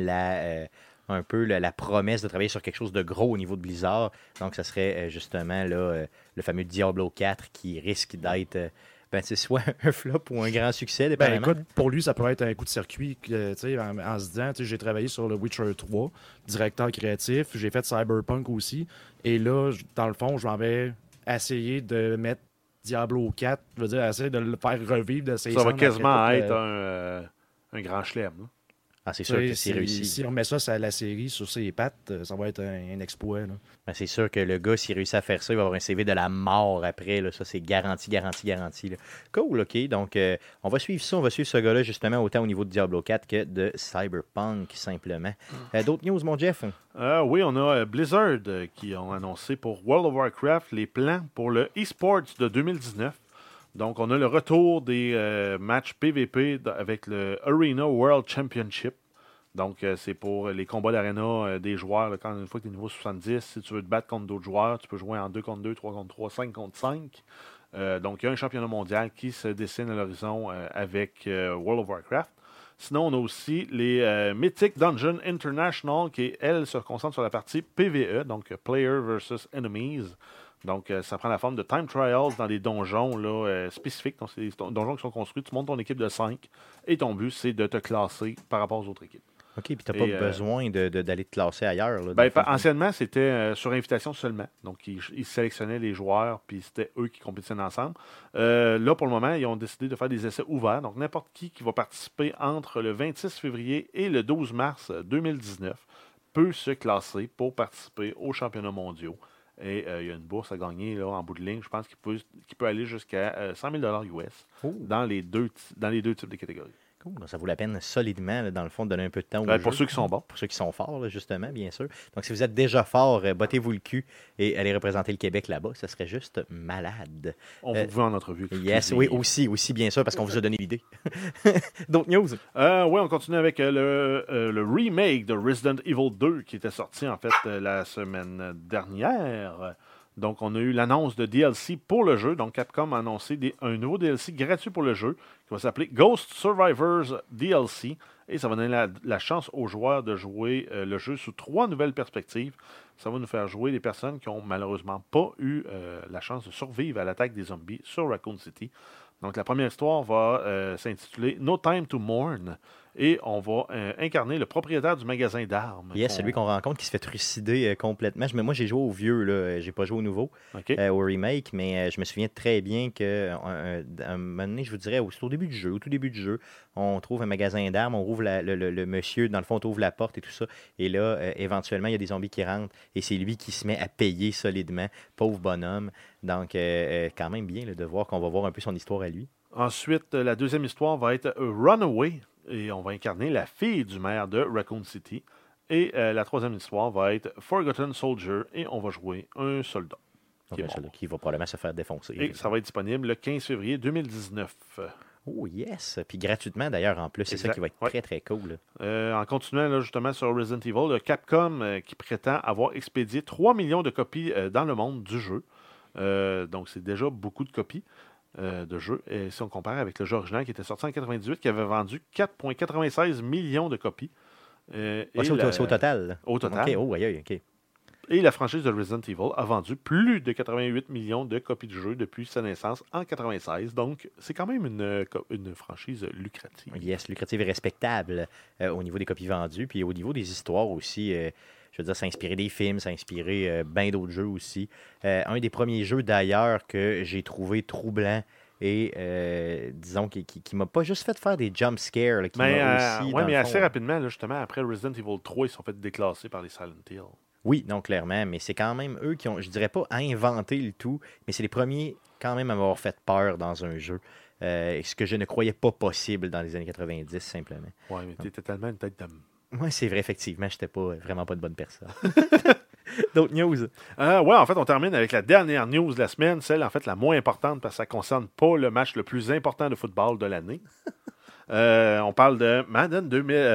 un peu la promesse de travailler sur quelque chose de gros au niveau de Blizzard. Donc, ça serait justement là, le fameux Diablo 4 qui risque d'être c'est soit un flop ou un grand succès, dépendamment. Écoute, pour lui, ça pourrait être un coup de circuit en se disant, j'ai travaillé sur le Witcher 3, directeur créatif, j'ai fait Cyberpunk aussi, et là, dans le fond, je m'en vais essayer de mettre Diablo 4, je veux dire, essayer de le faire revivre de ses Ça va quasiment être un grand chelem. Là. Ah, c'est sûr que c'est réussi. Si on met ça à la série sur ses pattes, ça va être un exploit. Là. Ben, c'est sûr que le gars, s'il réussit à faire ça, il va avoir un CV de la mort après. Là. Ça, c'est garanti. Là. Cool, OK. Donc, on va suivre ça. On va suivre ce gars-là, justement, autant au niveau de Diablo 4 que de Cyberpunk, simplement. D'autres news, mon Jeff? Oui, on a Blizzard qui ont annoncé pour World of Warcraft les plans pour le eSports de 2019. Donc, on a le retour des matchs PVP avec le Arena World Championship. Donc, c'est pour les combats d'arena des joueurs. Là, une fois que tu es niveau 70, si tu veux te battre contre d'autres joueurs, tu peux jouer en 2 contre 2, 3 contre 3, 5 contre 5. Donc, il y a un championnat mondial qui se dessine à l'horizon avec World of Warcraft. Sinon, on a aussi les Mythic Dungeon International qui, elle, se concentre sur la partie PVE, donc Player versus Enemies. Donc, ça prend la forme de time trials dans des donjons là, spécifiques. Donc, c'est des donjons qui sont construits. Tu montes ton équipe de 5 et ton but, c'est de te classer par rapport aux autres équipes. OK, puis tu n'as pas besoin d'aller te classer ailleurs. Là, anciennement, c'était sur invitation seulement. Donc, ils sélectionnaient les joueurs, puis c'était eux qui compétitionnaient ensemble. Là, pour le moment, ils ont décidé de faire des essais ouverts. Donc, n'importe qui va participer entre le 26 février et le 12 mars 2019 peut se classer pour participer aux championnats mondiaux. Et il y a une bourse à gagner là, en bout de ligne. Je pense qu'il peut aller jusqu'à 100 000 US dans les deux types de catégories. Cool. Donc, ça vaut la peine solidement, là, dans le fond, de donner un peu de temps pour ceux qui sont bons. Pour ceux qui sont forts, là, justement, bien sûr. Donc, si vous êtes déjà fort, battez-vous le cul et allez représenter le Québec là-bas. Ça serait juste malade. On vous veut en entrevue. Yes, oui, aussi, bien sûr, parce qu'on vous a donné l'idée. D'autres news? Oui, on continue avec le remake de Resident Evil 2 qui était sorti, en fait, la semaine dernière. Donc, on a eu l'annonce de DLC pour le jeu. Donc, Capcom a annoncé un nouveau DLC gratuit pour le jeu qui va s'appeler Ghost Survivors DLC. Et ça va donner la chance aux joueurs de jouer le jeu sous 3 nouvelles perspectives. ça va nous faire jouer des personnes qui n'ont malheureusement pas eu la chance de survivre à l'attaque des zombies sur Raccoon City. Donc, la première histoire va s'intituler No Time to Mourn. Et on va incarner le propriétaire du magasin d'armes. Yes, celui qu'on rencontre qui se fait trucider complètement. Moi, j'ai joué au vieux, là. J'ai pas joué au nouveau, au remake, mais je me souviens très bien qu'à un moment donné, je vous dirais, au début du jeu, au tout début du jeu, on trouve un magasin d'armes, on ouvre le monsieur, dans le fond, on ouvre la porte et tout ça. Et là, éventuellement, il y a des zombies qui rentrent et c'est lui qui se met à payer solidement. Pauvre bonhomme. Donc, quand même bien là, de voir qu'on va voir un peu son histoire à lui. Ensuite, la deuxième histoire va être Runaway. Et on va incarner la fille du maire de Raccoon City. Et la troisième histoire va être Forgotten Soldier. Et on va jouer un soldat. Qui va probablement se faire défoncer. Et ça va être disponible le 15 février 2019. Oh yes! Puis gratuitement d'ailleurs en plus. C'est ça qui va être très très cool. En continuant là, justement sur Resident Evil, le Capcom qui prétend avoir expédié 3 millions de copies dans le monde du jeu. Donc c'est déjà beaucoup de copies. De jeu. Et si on compare avec le jeu original qui était sorti en 1998, qui avait vendu 4,96 millions de copies. C'est au total. Au total. OK. Et la franchise de Resident Evil a vendu plus de 88 millions de copies du jeu depuis sa naissance en 1996. Donc, c'est quand même une franchise lucrative. Yes, lucrative et respectable au niveau des copies vendues. Puis au niveau des histoires aussi. Je veux dire, ça a inspiré des films, ça a inspiré bien d'autres jeux aussi. Un des premiers jeux, d'ailleurs, que j'ai trouvé troublant et, disons, qui m'a pas juste fait faire des jump scares. Mais assez rapidement, là, justement, après Resident Evil 3, ils sont fait déclasser par les Silent Hill. Oui, non, clairement, mais c'est quand même eux qui ont, je dirais pas inventé le tout, mais c'est les premiers quand même à m'avoir fait peur dans un jeu. Ce que je ne croyais pas possible dans les années 90, simplement. Oui, mais tu étais tellement une tête d'homme. Oui, c'est vrai, effectivement, je n'étais vraiment pas de bonne personne. D'autres news? En fait, on termine avec la dernière news de la semaine, celle, en fait, la moins importante parce que ça ne concerne pas le match le plus important de football de l'année. On parle de Madden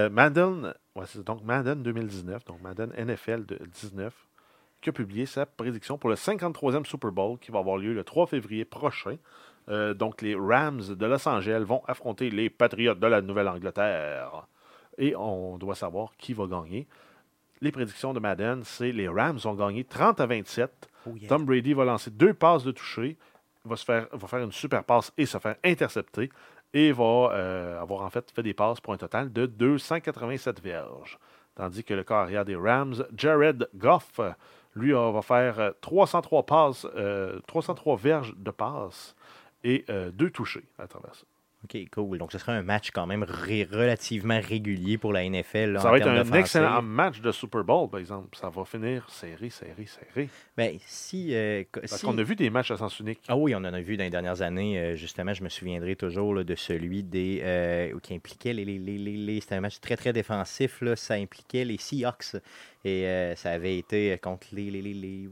2019, donc Madden NFL 19, qui a publié sa prédiction pour le 53e Super Bowl qui va avoir lieu le 3 février prochain. Donc, les Rams de Los Angeles vont affronter les Patriots de la Nouvelle-Angleterre. Et on doit savoir qui va gagner. Les prédictions de Madden, c'est les Rams vont gagner 30-27. Oh yeah. Tom Brady va lancer 2 passes de toucher, va faire une super passe et se faire intercepter. Et va avoir en fait des passes pour un total de 287 verges. Tandis que le corps arrière des Rams, Jared Goff, lui, va faire 303 verges de passes et 2 touchés à travers ça. OK, cool. Donc, ce sera un match quand même relativement régulier pour la NFL. Là, ça va être un excellent match de Super Bowl, par exemple. Ça va finir serré. Ben, Parce qu'on a vu des matchs à sens unique. Ah oui, on en a vu dans les dernières années. Justement, je me souviendrai toujours là, de celui qui impliquait c'était un match très, très défensif. Là. Ça impliquait les Seahawks. Et ça avait été contre les...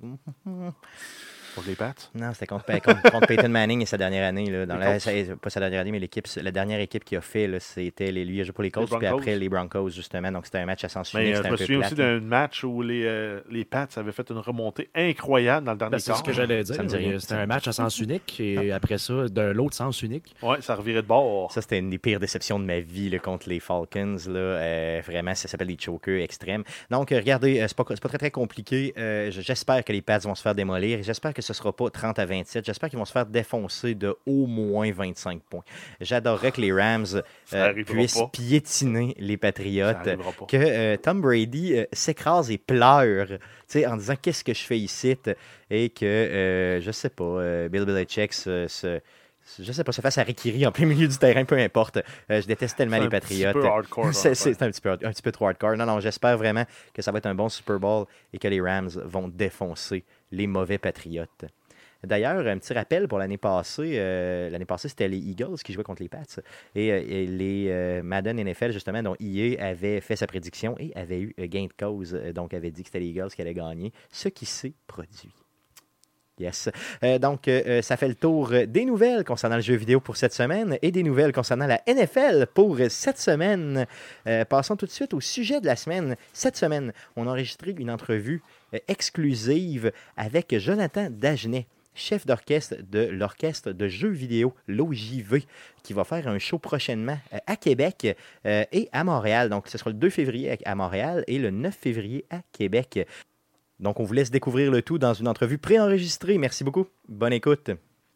Pour les Pats? Non, c'était contre Peyton Manning et sa dernière année. Là, pas sa dernière année, mais la dernière équipe qui a fait, là, c'était lui a joué pour les Colts, puis après les Broncos, justement. Donc, c'était un match à sens unique. Je me souviens aussi d'un match où les Pats avaient fait une remontée incroyable dans le dernier quart. C'est ce que j'allais dire. C'était un match à sens unique et après ça, de l'autre sens unique. Oui, ça revirait de bord. Ça, c'était une des pires déceptions de ma vie là, contre les Falcons. Là. Vraiment, ça s'appelle des chokers extrêmes. Donc, regardez, c'est pas très, très compliqué. J'espère que les Pats vont se faire démolir. J'espère que ce ne sera pas 30-27. J'espère qu'ils vont se faire défoncer de au moins 25 points. J'adorerais que les Rams puissent piétiner les Patriotes. Que Tom Brady s'écrase et pleure en disant « Qu'est-ce que je fais ici? » Et que, je sais pas, Bill Belichick se fasse harakiri en plein milieu du terrain, peu importe. Je déteste tellement les Patriotes. C'est un petit peu trop hardcore. Non, j'espère vraiment que ça va être un bon Super Bowl et que les Rams vont défoncer les mauvais Patriotes. D'ailleurs, un petit rappel pour l'année passée. L'année passée, c'était les Eagles qui jouaient contre les Pats. Et les Madden NFL, justement, dont EA avait fait sa prédiction et avait eu gain de cause. Donc, avait dit que c'était les Eagles qui allaient gagner, ce qui s'est produit. Yes. Donc, ça fait le tour des nouvelles concernant le jeu vidéo pour cette semaine et des nouvelles concernant la NFL pour cette semaine. Passons tout de suite au sujet de la semaine. Cette semaine, on a enregistré une entrevue exclusive avec Jonathan Dagenet, chef d'orchestre de l'orchestre de jeux vidéo l'OJV, qui va faire un show prochainement à Québec et à Montréal. Donc, ce sera le 2 février à Montréal et le 9 février à Québec. Donc, on vous laisse découvrir le tout dans une entrevue préenregistrée. Merci beaucoup. Bonne écoute.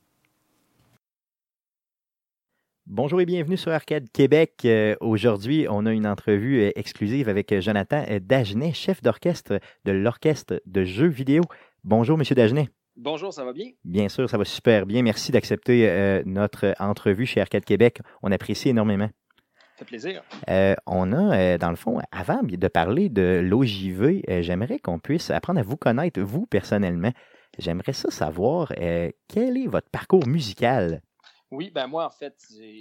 Bonjour et bienvenue sur Arcade Québec. Aujourd'hui, on a une entrevue exclusive avec Jonathan Dagenet, chef d'orchestre de l'Orchestre de jeux vidéo. Bonjour, Monsieur Dagenet. Bonjour, ça va bien? Bien sûr, ça va super bien. Merci d'accepter notre entrevue chez Arcade Québec. On apprécie énormément. Ça fait plaisir. On a, dans le fond, avant de parler de l'OJV, j'aimerais qu'on puisse apprendre à vous connaître, vous, personnellement. J'aimerais ça savoir, quel est votre parcours musical? Oui, ben moi, en fait,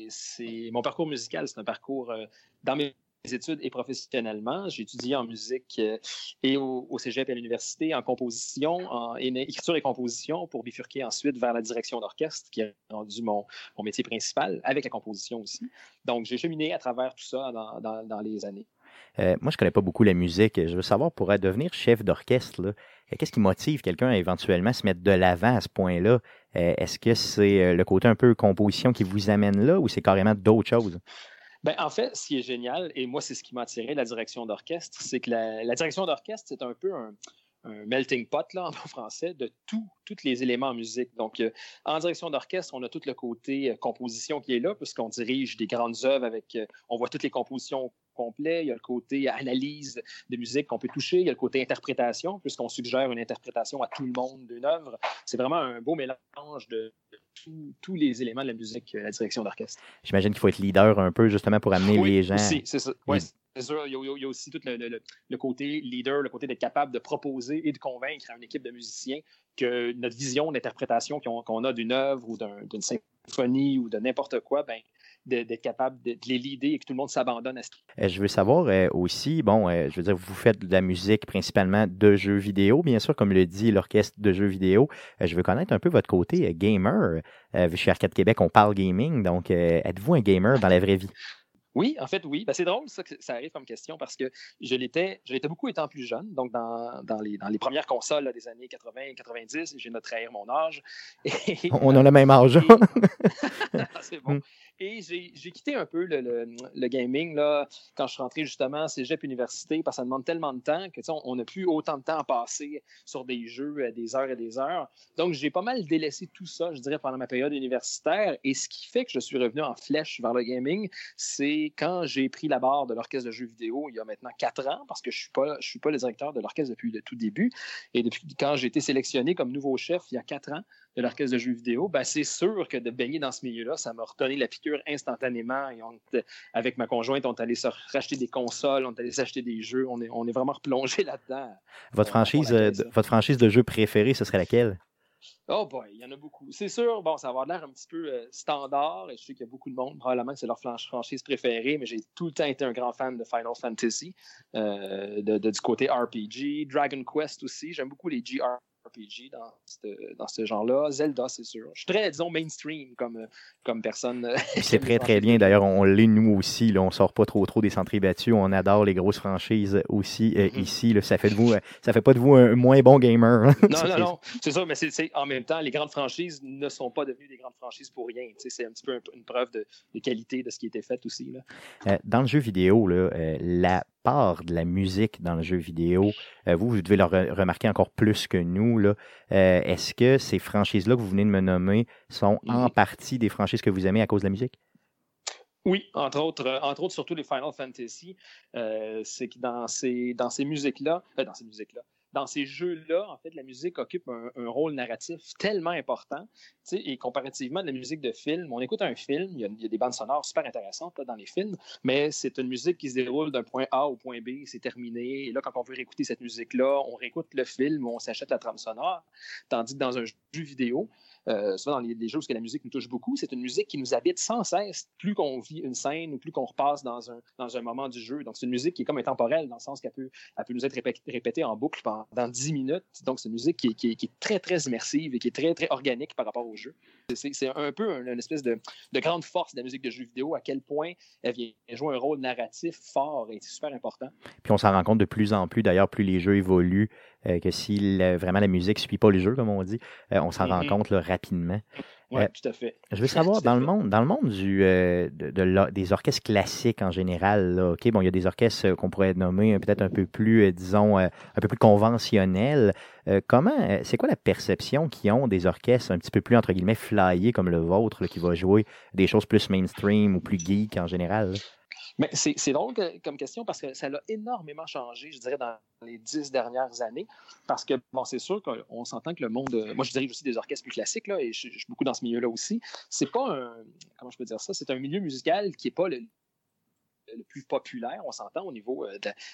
mon parcours musical, c'est un parcours dans mes études et professionnellement. J'ai étudié en musique et au cégep et à l'université en composition, en écriture et composition pour bifurquer ensuite vers la direction d'orchestre qui est rendu mon métier principal, avec la composition aussi. Donc, j'ai cheminé à travers tout ça dans les années. Moi, je ne connais pas beaucoup la musique. Je veux savoir, pour devenir chef d'orchestre, là, qu'est-ce qui motive quelqu'un à éventuellement se mettre de l'avant à ce point-là? Est-ce que c'est le côté un peu composition qui vous amène là ou c'est carrément d'autres choses? Ben, en fait, ce qui est génial, et moi, c'est ce qui m'a attiré la direction d'orchestre, c'est que la direction d'orchestre, c'est un peu un melting pot, là, en bon français, de tous les éléments en musique. Donc, en direction d'orchestre, on a tout le côté composition qui est là, puisqu'on dirige des grandes œuvres on voit toutes les compositions complètes. Il y a le côté analyse de musique qu'on peut toucher. Il y a le côté interprétation, puisqu'on suggère une interprétation à tout le monde d'une œuvre. C'est vraiment un beau mélange de tous les éléments de la musique, la direction d'orchestre. J'imagine qu'il faut être leader un peu, justement, pour amener les gens. Oui, c'est ça. Oui, c'est sûr. Il y a aussi tout le côté leader, le côté d'être capable de proposer et de convaincre à une équipe de musiciens que notre vision d'interprétation qu'on a d'une œuvre ou d'une symphonie ou de n'importe quoi, ben, d'être capable de les leader et que tout le monde s'abandonne à ce Je veux savoir aussi, je veux dire, vous faites de la musique principalement de jeux vidéo, bien sûr, comme le dit l'orchestre de jeux vidéo. Je veux connaître un peu votre côté gamer. Chez Arcade Québec, on parle gaming, donc êtes-vous un gamer dans la vraie vie? Oui, en fait, oui. Ben, c'est drôle, ça, que ça arrive comme question parce que je l'étais beaucoup étant plus jeune. Donc, dans les premières consoles là, des années 80-90, j'ai notre trahir mon âge. On a le même âge. C'est bon. Et j'ai quitté un peu le gaming là, quand je suis rentré justement à cégep université parce que ça demande tellement de temps que on n'a plus autant de temps à passer sur des jeux des heures et des heures. Donc, j'ai pas mal délaissé tout ça, je dirais, pendant ma période universitaire. Et ce qui fait que je suis revenu en flèche vers le gaming, c'est quand j'ai pris la barre de l'orchestre de jeux vidéo il y a maintenant 4 ans, parce que je suis pas le directeur de l'orchestre depuis le tout début. Et depuis quand j'ai été sélectionné comme nouveau chef il y a 4 ans de l'orchestre de jeux vidéo, ben c'est sûr que de baigner dans ce milieu-là, ça m'a redonné la piqûre instantanément. Et avec ma conjointe, on est allé se racheter des consoles, on est allé s'acheter des jeux. On est vraiment replongé là-dedans. Votre franchise de jeu préférée, ce serait laquelle? Oh boy, il y en a beaucoup. C'est sûr, bon, ça va avoir l'air un petit peu standard, et je sais qu'il y a beaucoup de monde, probablement que c'est leur franchise préférée, mais j'ai tout le temps été un grand fan de Final Fantasy, du côté RPG, Dragon Quest aussi, j'aime beaucoup les JRPG dans ce genre-là. Zelda, c'est sûr. Je suis très, disons, mainstream comme personne. C'est très, très bien. D'ailleurs, on l'est nous aussi. Là, on ne sort pas trop des sentiers battus. On adore les grosses franchises aussi ici. Là, ça fait pas de vous un moins bon gamer. Non. C'est ça, mais en même temps, les grandes franchises ne sont pas devenues des grandes franchises pour rien. C'est un petit peu une preuve de qualité de ce qui a été fait aussi. Là. Dans le jeu vidéo, là, la part de la musique dans le jeu vidéo, vous devez le remarquer encore plus que nous. Là. Est-ce que ces franchises-là que vous venez de me nommer sont en partie des franchises que vous aimez à cause de la musique? Oui, entre autres, surtout les Final Fantasy, c'est que dans ces musiques-là, dans ces jeux-là, en fait, la musique occupe un rôle narratif tellement important. Et comparativement à la musique de film, on écoute un film, il y a des bandes sonores super intéressantes là, dans les films, mais c'est une musique qui se déroule d'un point A au point B, c'est terminé. Et là, quand on veut réécouter cette musique-là, on réécoute le film ou on s'achète la trame sonore. Tandis que dans un jeu vidéo, souvent dans les jeux où la musique nous touche beaucoup, c'est une musique qui nous habite sans cesse, plus qu'on vit une scène ou plus qu'on repasse dans un moment du jeu. Donc, c'est une musique qui est comme intemporelle, dans le sens qu'elle peut nous être répétée en boucle pendant 10 minutes. Donc, c'est une musique qui est très, très immersive et qui est très, très organique par rapport au jeu. C'est un peu une espèce de grande force de la musique de jeux vidéo, à quel point elle vient jouer un rôle narratif fort et c'est super important. Puis on s'en rend compte de plus en plus, d'ailleurs, plus les jeux évoluent, que si vraiment la musique ne suit pas le jeu, comme on dit, on s'en rend compte là, rapidement. Oui, tout à fait. Je veux savoir, dans le monde des orchestres classiques en général, là, OK, bon, il y a des orchestres qu'on pourrait nommer peut-être un peu plus, disons, un peu plus conventionnels. C'est quoi la perception qu'ils ont des orchestres un petit peu plus, entre guillemets, flyés comme le vôtre, là, qui va jouer des choses plus mainstream ou plus geek en général? Là? Mais c'est drôle comme question parce que ça a énormément changé, je dirais, dans les 10 dernières années. Parce que, bon, c'est sûr qu'on s'entend que le monde. Moi, je dirige aussi des orchestres plus classiques, là, et je suis beaucoup dans ce milieu-là aussi. C'est pas un. Comment je peux dire ça? C'est un milieu musical qui n'est pas le plus populaire, on s'entend, au niveau,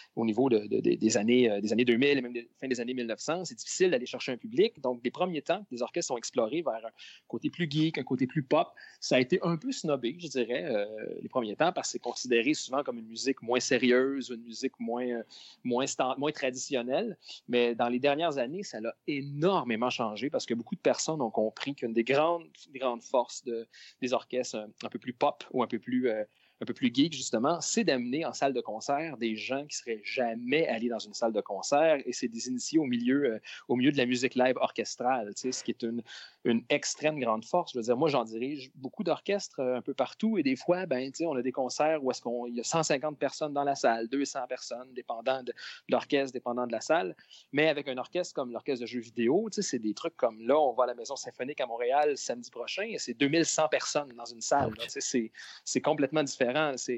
des années 2000 et même fin des années 1900. C'est difficile d'aller chercher un public. Donc, des premiers temps, les orchestres sont explorés vers un côté plus geek, un côté plus pop. Ça a été un peu snobé, je dirais, les premiers temps, parce que c'est considéré souvent comme une musique moins sérieuse, une musique moins traditionnelle. Mais dans les dernières années, ça a énormément changé parce que beaucoup de personnes ont compris qu'une des grandes forces des orchestres un peu plus pop ou un peu plus geek, justement, c'est d'amener en salle de concert des gens qui ne seraient jamais allés dans une salle de concert, et c'est des initiés au milieu de la musique live orchestrale, ce qui est une extrême grande force. Je veux dire, moi, j'en dirige beaucoup d'orchestres un peu partout, et des fois, on a des concerts où il y a 150 personnes dans la salle, 200 personnes, dépendant de l'orchestre, dépendant de la salle. Mais avec un orchestre comme l'orchestre de jeux vidéo, c'est des trucs comme là, on va à la Maison symphonique à Montréal samedi prochain, et c'est 2100 personnes dans une salle. Là, c'est complètement différent.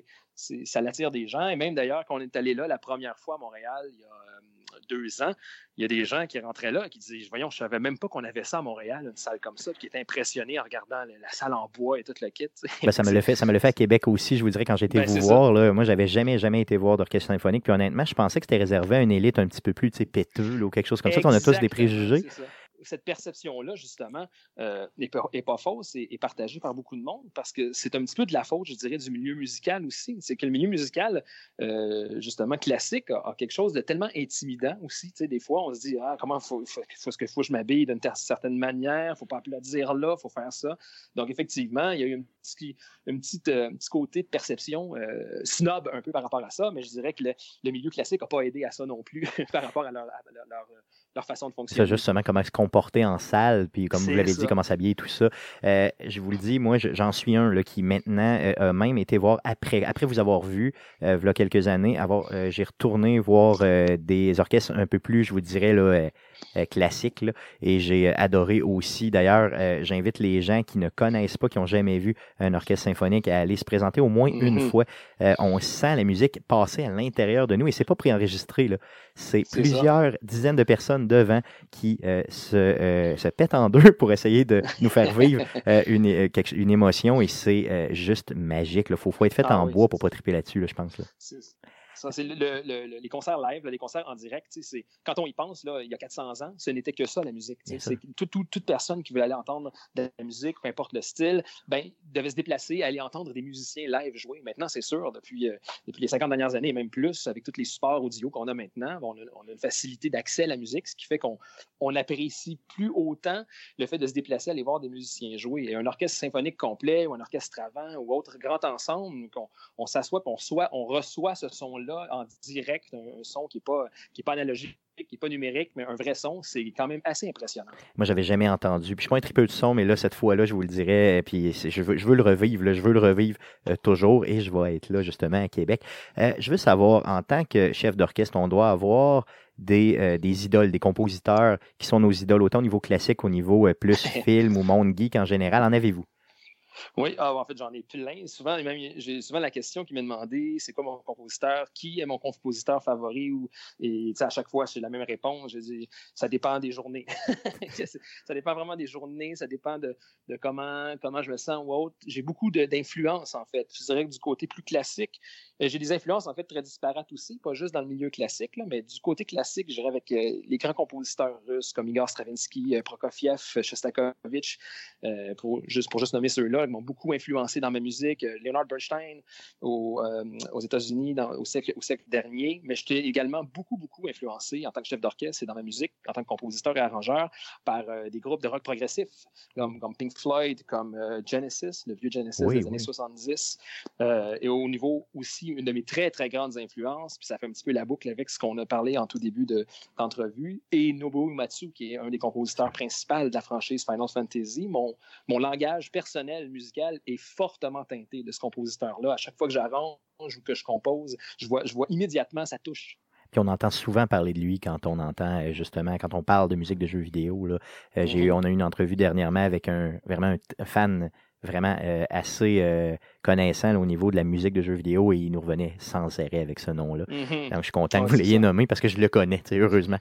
Ça l'attire des gens. Et même d'ailleurs, quand on est allé là la première fois à Montréal, il y a 2 ans, il y a des gens qui rentraient là et qui disaient, voyons, je ne savais même pas qu'on avait ça à Montréal, une salle comme ça, qui étaient impressionnés en regardant la salle en bois et tout le kit. Ça me l'a fait à Québec aussi, je vous dirais, quand j'ai été vous voir. Là, moi, j'avais jamais été voir d'orchestre symphonique. Puis honnêtement, je pensais que c'était réservé à une élite un petit peu plus péteux là, ou quelque chose comme ça. On a tous des préjugés. Cette perception-là, justement, n'est pas fausse et est partagée par beaucoup de monde parce que c'est un petit peu de la faute, je dirais, du milieu musical aussi. C'est que le milieu musical, justement, classique, a quelque chose de tellement intimidant aussi. Des fois, on se dit, comment faut que je m'habille d'une certaine manière, il ne faut pas applaudir là, il faut faire ça. Donc, effectivement, il y a eu un petit côté de perception snob un peu par rapport à ça, mais je dirais que le milieu classique n'a pas aidé à ça non plus par rapport à leur façon de fonctionner. C'est justement comment se comporter en salle, puis comme vous l'avez dit, comment s'habiller, tout ça. Je vous le dis, moi, j'en suis un là, qui maintenant a même été voir, après vous avoir vu, il y a quelques années, j'ai retourné voir des orchestres un peu plus, je vous dirais, là, classiques, là, et j'ai adoré aussi. D'ailleurs, j'invite les gens qui ne connaissent pas, qui n'ont jamais vu un orchestre symphonique à aller se présenter au moins une fois. On sent la musique passer à l'intérieur de nous, et c'est pas préenregistré, là. C'est plusieurs dizaines de personnes devant qui se pètent en deux pour essayer de nous faire vivre une émotion, et c'est juste magique. Il faut être fait en bois pour ne pas triper là-dessus, là, je pense. Là. Ça, c'est les concerts live, les concerts en direct. Quand on y pense, là, il y a 400 ans, ce n'était que ça, la musique. C'est toute personne qui veut aller entendre de la musique, peu importe le style, devait se déplacer, aller entendre des musiciens live jouer. Maintenant, c'est sûr, depuis les 50 dernières années, et même plus, avec tous les supports audio qu'on a maintenant, on a une facilité d'accès à la musique, ce qui fait qu'on apprécie plus autant le fait de se déplacer, aller voir des musiciens jouer. Et un orchestre symphonique complet ou un orchestre avant ou autre grand ensemble, on s'assoit et on reçoit ce son-là en direct, un son qui n'est pas analogique, qui n'est pas numérique, mais un vrai son, c'est quand même assez impressionnant. Moi, j'avais jamais entendu. Puis je suis pas un tripeux de son, mais là, cette fois-là, je vous le dirais, puis je veux le revivre, là, je veux le revivre toujours, et je vais être là, justement, à Québec. Je veux savoir, en tant que chef d'orchestre, on doit avoir des idoles, des compositeurs qui sont nos idoles, autant au niveau classique, au niveau plus film ou monde geek en général. En avez-vous? Oui, en fait, j'en ai plein. Souvent, j'ai souvent la question qui m'est demandée, c'est quoi mon compositeur? Qui est mon compositeur favori? Et à chaque fois, j'ai la même réponse. Je dis, ça dépend des journées. Ça dépend vraiment des journées. Ça dépend de comment je me sens ou autre. J'ai beaucoup d'influences, en fait. Je dirais que du côté plus classique, j'ai des influences, en fait, très disparates aussi, pas juste dans le milieu classique, là, mais du côté classique, je dirais avec les grands compositeurs russes comme Igor Stravinsky, Prokofiev, Shostakovich, pour juste nommer ceux-là, qui m'ont beaucoup influencé dans ma musique. Leonard Bernstein aux États-Unis au siècle dernier, mais je t'ai également beaucoup influencé en tant que chef d'orchestre et dans ma musique, en tant que compositeur et arrangeur, par des groupes de rock progressif, comme Pink Floyd, comme Genesis, le vieux Genesis des années 70, et au niveau aussi une de mes très, très grandes influences, puis ça fait un petit peu la boucle avec ce qu'on a parlé en tout début d'entrevue, et Nobuo Uematsu, qui est un des compositeurs principaux de la franchise Final Fantasy. Mon langage personnel, musical, est fortement teinté de ce compositeur-là. À chaque fois que j'arrange ou que je compose, je vois immédiatement sa touche. Puis on entend souvent parler de lui quand on entend, justement, quand on parle de musique de jeux vidéo. Là. On a eu une entrevue dernièrement avec vraiment un fan vraiment assez connaissant là, au niveau de la musique de jeux vidéo et il nous revenait sans arrêt avec ce nom-là. Donc, je suis content que vous l'ayez nommé parce que je le connais, heureusement.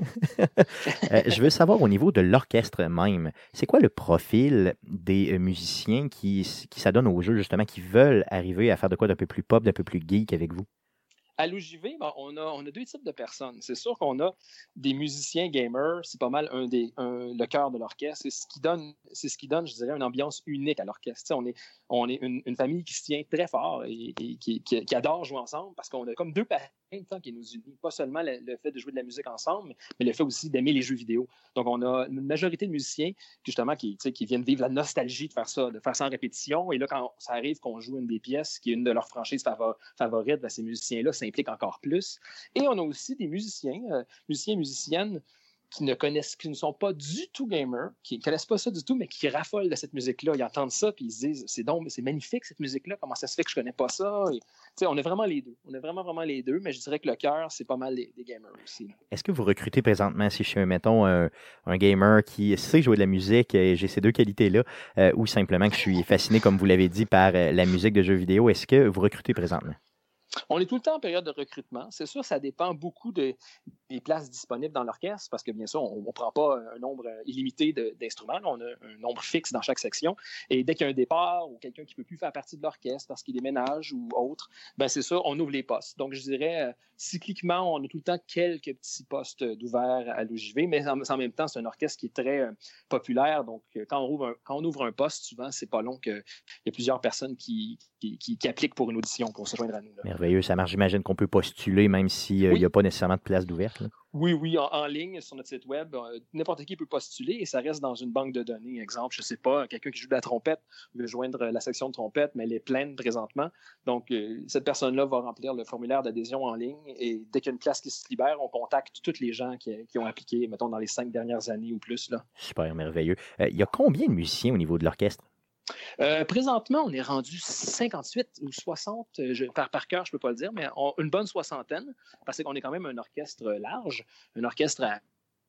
Je veux savoir au niveau de l'orchestre même, c'est quoi le profil des musiciens qui s'adonnent au jeu, justement, qui veulent arriver à faire de quoi d'un peu plus pop, d'un peu plus geek avec vous? À l'OJV, on a deux types de personnes. C'est sûr qu'on a des musiciens gamers, c'est pas mal le cœur de l'orchestre. C'est ce qui donne, je dirais, une ambiance unique à l'orchestre. On est une famille qui se tient très fort et qui adore jouer ensemble parce qu'on a comme deux parents qui nous unissent. Pas seulement le fait de jouer de la musique ensemble, mais le fait aussi d'aimer les jeux vidéo. Donc, on a une majorité de musiciens justement qui viennent vivre la nostalgie de faire ça en répétition. Et là, quand ça arrive qu'on joue une des pièces qui est une de leurs franchises favorites, ces musiciens-là s'impliquent encore plus. Et on a aussi des musiciens et musiciennes qui ne sont pas du tout gamers, qui ne connaissent pas ça du tout, mais qui raffolent de cette musique-là. Ils entendent ça, puis ils se disent c'est magnifique cette musique-là, comment ça se fait que je ne connais pas ça? Et, on est vraiment les deux. On est vraiment les deux, mais je dirais que le cœur, c'est pas mal des gamers aussi. Est-ce que vous recrutez présentement, si je suis, mettons, un gamer qui sait jouer de la musique, et j'ai ces deux qualités-là, ou simplement que je suis fasciné, comme vous l'avez dit, par la musique de jeux vidéo, est-ce que vous recrutez présentement? On est tout le temps en période de recrutement. C'est sûr, ça dépend beaucoup des places disponibles dans l'orchestre parce que, bien sûr, on ne prend pas un nombre illimité d'instruments. On a un nombre fixe dans chaque section. Et dès qu'il y a un départ ou quelqu'un qui ne peut plus faire partie de l'orchestre parce qu'il déménage ou autre, ben c'est ça, on ouvre les postes. Donc, je dirais, cycliquement, on a tout le temps quelques petits postes d'ouverts à l'OJV, mais en même temps, c'est un orchestre qui est très populaire. Donc, quand on ouvre un poste, souvent, c'est pas long qu'il y a plusieurs personnes qui appliquent pour une audition pour se joindre à nous. Là. Merveilleux, ça marche. J'imagine qu'on peut postuler même s'il n'y a pas nécessairement de place d'ouverte. Oui, en ligne, sur notre site web, n'importe qui peut postuler et ça reste dans une banque de données. Exemple, je ne sais pas, quelqu'un qui joue de la trompette veut joindre la section de trompette, mais elle est pleine présentement. Donc, cette personne-là va remplir le formulaire d'adhésion en ligne et dès qu'il y a une place qui se libère, on contacte tous les gens qui ont appliqué, mettons, dans les 5 dernières années ou plus. Là. Super, merveilleux. Il y a combien de musiciens au niveau de l'orchestre? Présentement, on est rendu 58 ou 60, par cœur, je ne peux pas le dire, mais une bonne soixantaine, parce qu'on est quand même un orchestre large, un orchestre à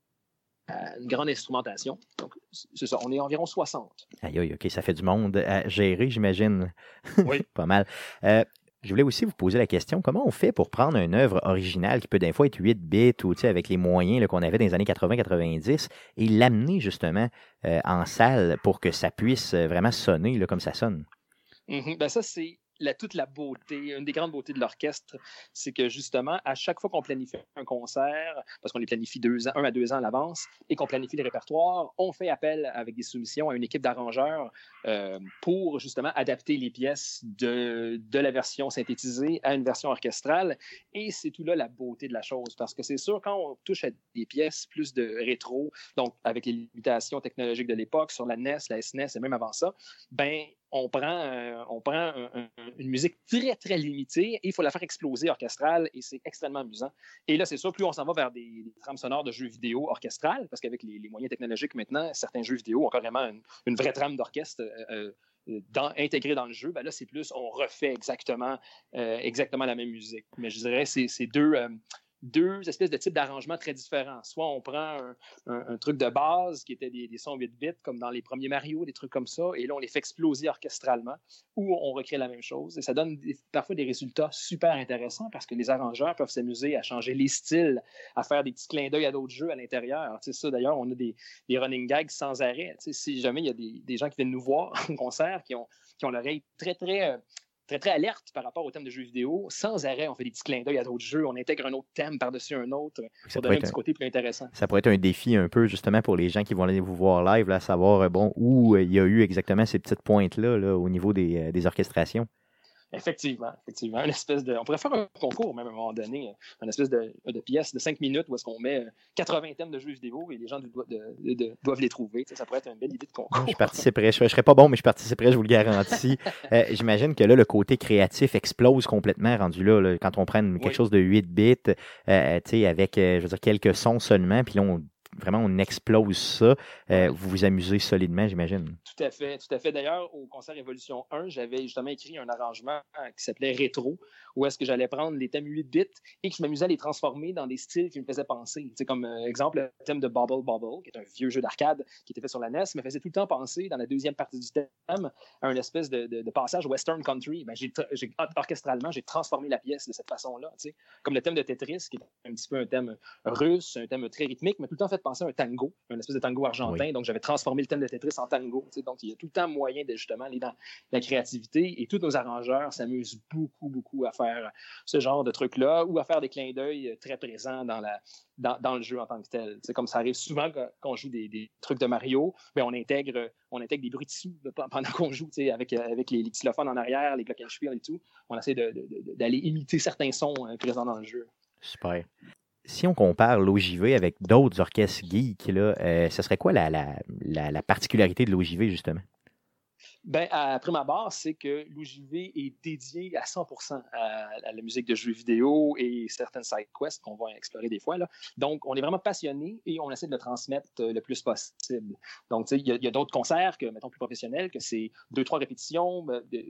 une grande instrumentation. Donc, c'est ça, on est environ 60. Aïe, OK, ça fait du monde à gérer, j'imagine. Oui. Pas mal. Je voulais aussi vous poser la question, comment on fait pour prendre une œuvre originale qui peut des fois être 8 bits ou avec les moyens là, qu'on avait dans les années 80-90 et l'amener justement en salle pour que ça puisse vraiment sonner là, comme ça sonne? Ben ça, c'est toute la beauté, une des grandes beautés de l'orchestre, c'est que justement, à chaque fois qu'on planifie un concert, parce qu'on les planifie 1 à 2 ans à l'avance, et qu'on planifie le répertoire, on fait appel avec des soumissions à une équipe d'arrangeurs pour justement adapter les pièces de la version synthétisée à une version orchestrale. Et c'est tout là la beauté de la chose, parce que c'est sûr, quand on touche à des pièces plus de rétro, donc avec les limitations technologiques de l'époque, sur la NES, la SNES et même avant ça, ben on prend une musique très, très limitée et il faut la faire exploser orchestrale et c'est extrêmement amusant. Et là, c'est sûr, plus on s'en va vers des trames sonores de jeux vidéo orchestrales, parce qu'avec les moyens technologiques maintenant, certains jeux vidéo ont carrément une vraie trame d'orchestre intégrée dans le jeu. Ben là, c'est plus, on refait exactement la même musique. Mais je dirais, c'est deux espèces de types d'arrangements très différents. Soit on prend un truc de base qui était des sons 8 bits, comme dans les premiers Mario, des trucs comme ça, et là, on les fait exploser orchestralement, ou on recrée la même chose. Et ça donne parfois des résultats super intéressants parce que les arrangeurs peuvent s'amuser à changer les styles, à faire des petits clins d'œil à d'autres jeux à l'intérieur. Tu sais, ça, d'ailleurs, on a des running gags sans arrêt. Tu sais, si jamais il y a des gens qui viennent nous voir en concert, qui ont l'oreille très, très très alerte par rapport au thème de jeux vidéo. Sans arrêt, on fait des petits clins d'œil à d'autres jeux, on intègre un autre thème par-dessus un autre pour donner un petit côté plus intéressant. Ça pourrait être un défi un peu, justement, pour les gens qui vont aller vous voir live, là, savoir où il y a eu exactement ces petites pointes-là là, au niveau des orchestrations. Effectivement. Une espèce de, on pourrait faire un concours, même à un moment donné, une espèce de pièce de 5 minutes où est-ce qu'on met 80 thèmes de jeux vidéo et les gens doivent les trouver. Ça pourrait être une belle idée de concours. Je participerais. Je ne serais pas bon, mais je participerais, je vous le garantis. J'imagine que là, le côté créatif explose complètement rendu là quand on prend quelque chose de 8 bits, avec, je veux dire, quelques sons seulement, puis là, on explose ça. Vous vous amusez solidement, j'imagine. Tout à fait. D'ailleurs, au concert Evolution 1, j'avais justement écrit un arrangement qui s'appelait Rétro, où est-ce que j'allais prendre les thèmes 8 bits et que je m'amusais à les transformer dans des styles qui me faisaient penser. C'est comme exemple, le thème de Bubble Bobble, qui est un vieux jeu d'arcade qui était fait sur la NES, me faisait tout le temps penser, dans la deuxième partie du thème, à une espèce de passage Western Country. Orchestralement, j'ai transformé la pièce de cette façon-là. Comme le thème de Tetris, qui est un petit peu un thème russe, un thème très rythmique, mais tout le temps fait penser à un tango, une espèce de tango argentin. Oui. Donc, j'avais transformé le thème de Tetris en tango. Donc, il y a tout le temps moyen de justement aller dans la créativité. Et tous nos arrangeurs s'amusent beaucoup à faire ce genre de trucs-là ou à faire des clins d'œil très présents dans le jeu en tant que tel. C'est comme ça arrive souvent quand on joue des trucs de Mario, bien, on intègre des bruits de sous pendant qu'on joue avec les xylophones en arrière, les glockenspiel et tout. On essaie d'aller imiter certains sons présents dans le jeu. Super. Si on compare l'OJV avec d'autres orchestres geeks, ce serait quoi la particularité de l'OJV, justement? Ben, à prime abord, c'est que l'OJV est dédié à 100% à la musique de jeux vidéo et certaines side quests qu'on va explorer des fois. Là. Donc, on est vraiment passionné et on essaie de le transmettre le plus possible. Donc, il y a d'autres concerts, mettons plus professionnels, que c'est 2-3 répétitions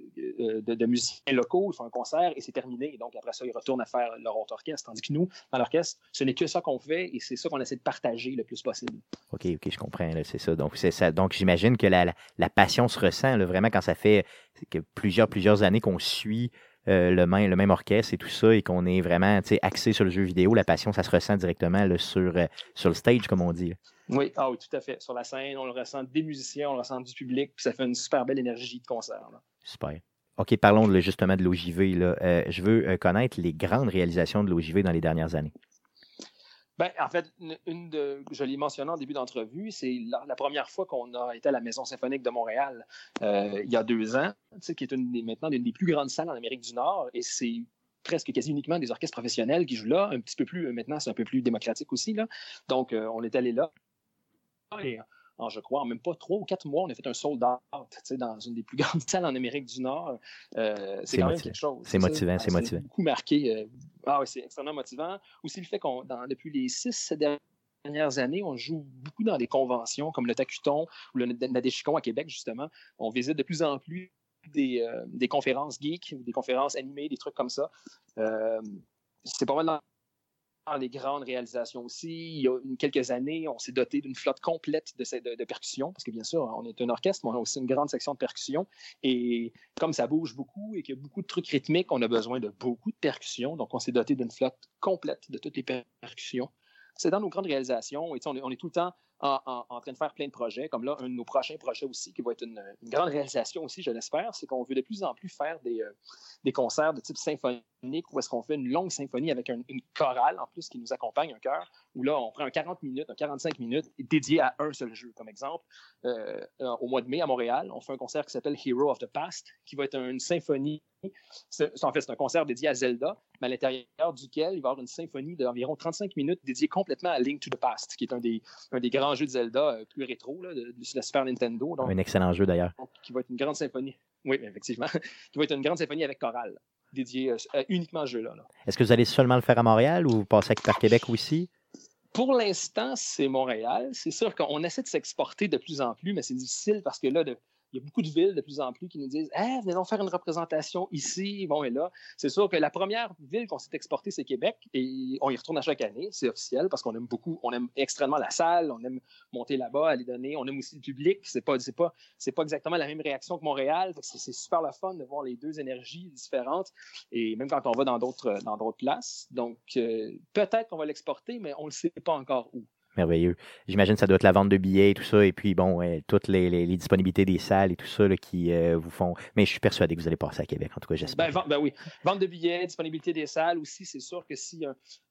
de musiciens locaux, ils font un concert et c'est terminé. Donc, après ça, ils retournent à faire leur autre orchestre. Tandis que nous, dans l'orchestre, ce n'est que ça qu'on fait et c'est ça qu'on essaie de partager le plus possible. OK, je comprends. Là, c'est ça. Donc, j'imagine que la passion se ressent là, vraiment quand ça fait que plusieurs années qu'on suit le même orchestre et tout ça et qu'on est vraiment axé sur le jeu vidéo. La passion, ça se ressent directement là, sur le stage, comme on dit. Oui, oui, tout à fait. Sur la scène, on le ressent des musiciens, on le ressent du public, puis ça fait une super belle énergie de concert. Là. Super. OK, parlons justement de l'OJV. Je veux connaître les grandes réalisations de l'OJV dans les dernières années. Ben, en fait, je l'ai mentionné en début d'entrevue, c'est la première fois qu'on a été à la Maison symphonique de Montréal il y a 2 ans, qui est maintenant une des plus grandes salles en Amérique du Nord, et c'est presque quasi uniquement des orchestres professionnels qui jouent là, un petit peu plus, maintenant c'est un peu plus démocratique aussi, là. Donc on est allé là, et je crois, en même pas 3 ou 4 mois, on a fait un sold out dans une des plus grandes salles en Amérique du Nord. C'est quand même quelque chose. C'est motivant, c'est motivant. C'est beaucoup marqué. Oui, c'est extrêmement motivant. Aussi le fait qu'on, depuis les 6 dernières années, on joue beaucoup dans des conventions comme le Tacuton ou le Nadeshikon à Québec, justement. On visite de plus en plus des conférences geeks, des conférences animées, des trucs comme ça. C'est pas mal dans les grandes réalisations aussi. Il y a quelques années, on s'est doté d'une flotte complète de percussions, parce que bien sûr, on est un orchestre, mais on a aussi une grande section de percussions. Et comme ça bouge beaucoup et qu'il y a beaucoup de trucs rythmiques, on a besoin de beaucoup de percussions. Donc, on s'est doté d'une flotte complète de toutes les percussions. C'est dans nos grandes réalisations. Et on est tout le temps en train de faire plein de projets, comme là, un de nos prochains projets aussi, qui va être une grande réalisation aussi, je l'espère, c'est qu'on veut de plus en plus faire des concerts de type symphonique, où est-ce qu'on fait une longue symphonie avec une chorale, en plus, qui nous accompagne, un chœur, où là, on prend un 40 minutes, un 45 minutes, dédié à un seul jeu. Comme exemple, au mois de mai, à Montréal, on fait un concert qui s'appelle Hero of the Past, qui va être une symphonie. C'est un concert dédié à Zelda, mais à l'intérieur duquel il va y avoir une symphonie d'environ 35 minutes dédiée complètement à Link to the Past, qui est un des grands jeux de Zelda plus rétro, là, de la Super Nintendo. Donc, un excellent jeu d'ailleurs. Qui va être une grande symphonie. Oui, effectivement. Qui va être une grande symphonie avec chorale, dédiée uniquement à ce jeu-là. Est-ce que vous allez seulement le faire à Montréal ou vous passez par Québec aussi? Pour l'instant, c'est Montréal. C'est sûr qu'on essaie de s'exporter de plus en plus, mais c'est difficile parce que là, il y a beaucoup de villes de plus en plus qui nous disent « venez donc faire une représentation ici, bon et là ». C'est sûr que la première ville qu'on s'est exportée, c'est Québec, et on y retourne à chaque année, c'est officiel, parce qu'on aime beaucoup, on aime extrêmement la salle, on aime monter là-bas, aller donner, on aime aussi le public, c'est pas exactement la même réaction que Montréal, c'est super le fun de voir les deux énergies différentes, et même quand on va dans d'autres places. Donc, peut-être qu'on va l'exporter, mais on ne le sait pas encore où. Merveilleux. J'imagine que ça doit être la vente de billets et tout ça, et puis bon, toutes les disponibilités des salles et tout ça là, qui vous font... Mais je suis persuadé que vous allez passer à Québec, en tout cas, j'espère. Ben oui. Vente de billets, disponibilité des salles aussi, c'est sûr que si